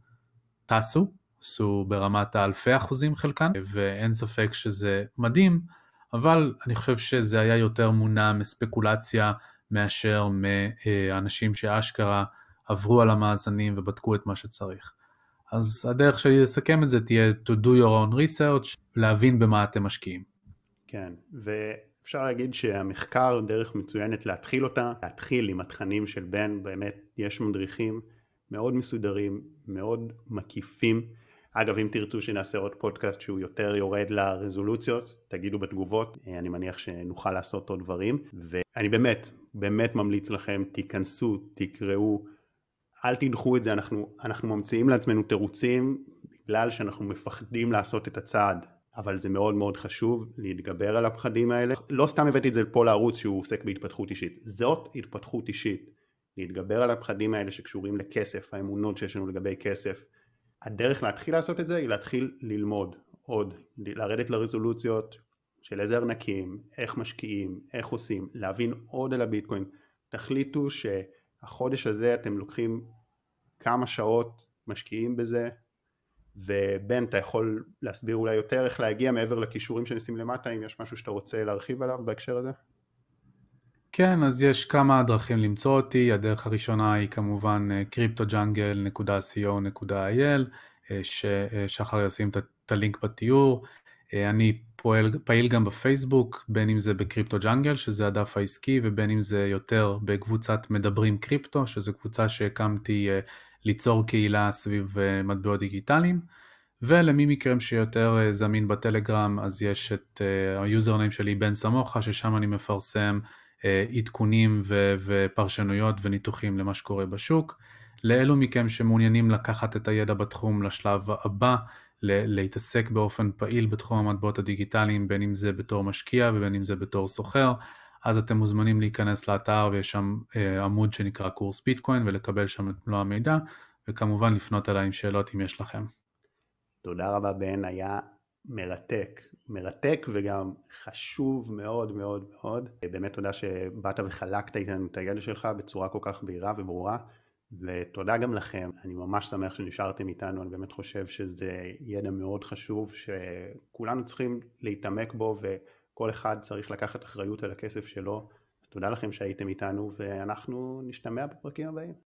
עשו ברמת האלפי אחוזים חלקן, ואין ספק שזה מדהים, אבל אני חושב שזה היה יותר מונע מספקולציה מאשר מאנשים שאשכרה עברו על המאזנים ובדקו את מה שצריך. אז הדרך שלי לסכם את זה תהיה to do your own research, להבין במה אתם משקיעים. כן, ואפשר להגיד שהמחקר דרך מצוינת להתחיל עם התכנים של בן, באמת יש מדריכים מאוד מסודרים, מאוד מקיפים. אגב, אם תרצו שנעשה עוד פודקאסט שהוא יותר יורד לרזולוציות, תגידו בתגובות, אני מניח שנוכל לעשות עוד דברים, ואני באמת ממליץ לכם, תיכנסו, תקראו, אל תדחו את זה, אנחנו ממציאים לעצמנו תירוצים, בגלל שאנחנו מפחדים לעשות את הצעד, אבל זה מאוד מאוד חשוב להתגבר על הפחדים האלה. לא סתם הבאתי את זה פה לערוץ שהוא עוסק בהתפתחות אישית, זאת התפתחות אישית, להתגבר על הפחדים האלה שקשורים לכסף, האמונות שיש לנו לגבי כסף. הדרך להתחיל לעשות את זה היא להתחיל ללמוד עוד, לרדת לרזולוציות של איזה ארנקים, איך משקיעים, איך עושים, להבין עוד על הביטקוין. תחליטו שהחודש הזה אתם לוקחים כמה שעות משקיעים בזה, ובן, אתה יכול להסביר אולי יותר איך להגיע מעבר לכישורים שנשים למטה, אם יש משהו שאתה רוצה להרחיב עליו בהקשר הזה? כן, אז יש כמה דרכים למצוא אותי. הדרך הראשונה היא כמובן cryptojungle.co.il, ששחר ישים את הלינק בתיאור. אני פעיל גם בפייסבוק, בין אם זה בקריפטו ג'אנגל, שזה הדף העסקי, ובין אם זה יותר בקבוצת מדברים קריפטו, שזו קבוצה שהקמתי ליצור קהילה סביב מטבעות דיגיטליים. ולמי מכם שיותר זמין בטלגרם, אז יש את היוזרניים שלי בן סמוכה, ששם אני מפרסם עדכונים ופרשנויות וניתוחים למה שקורה בשוק. לאלו מכם שמעוניינים לקחת את הידע בתחום לשלב הבא, להתעסק באופן פעיל בתחום המטבעות הדיגיטליים, בין אם זה בתור משקיע ובין אם זה בתור סוחר, אז אתם מוזמנים להיכנס לאתר ויש שם עמוד שנקרא קורס ביטקוין ולקבל שם את מלוא המידע, וכמובן לפנות אליי עם שאלות אם יש לכם. תודה רבה בן, היה מרתק וגם חשוב מאוד מאוד מאוד. באמת תודה שבאת וחלקת איתנו את הידע שלך בצורה כל כך בהירה וברורה, ותודה גם לכם. אני ממש שמח שנשארתם איתנו, אני באמת חושב שזה ידע מאוד חשוב שכולנו צריכים להתעמק בו, וכל אחד צריך לקחת אחריות על הכסף שלו. אז תודה לכם שהייתם איתנו, ואנחנו נשתמע בפרקים הבאים.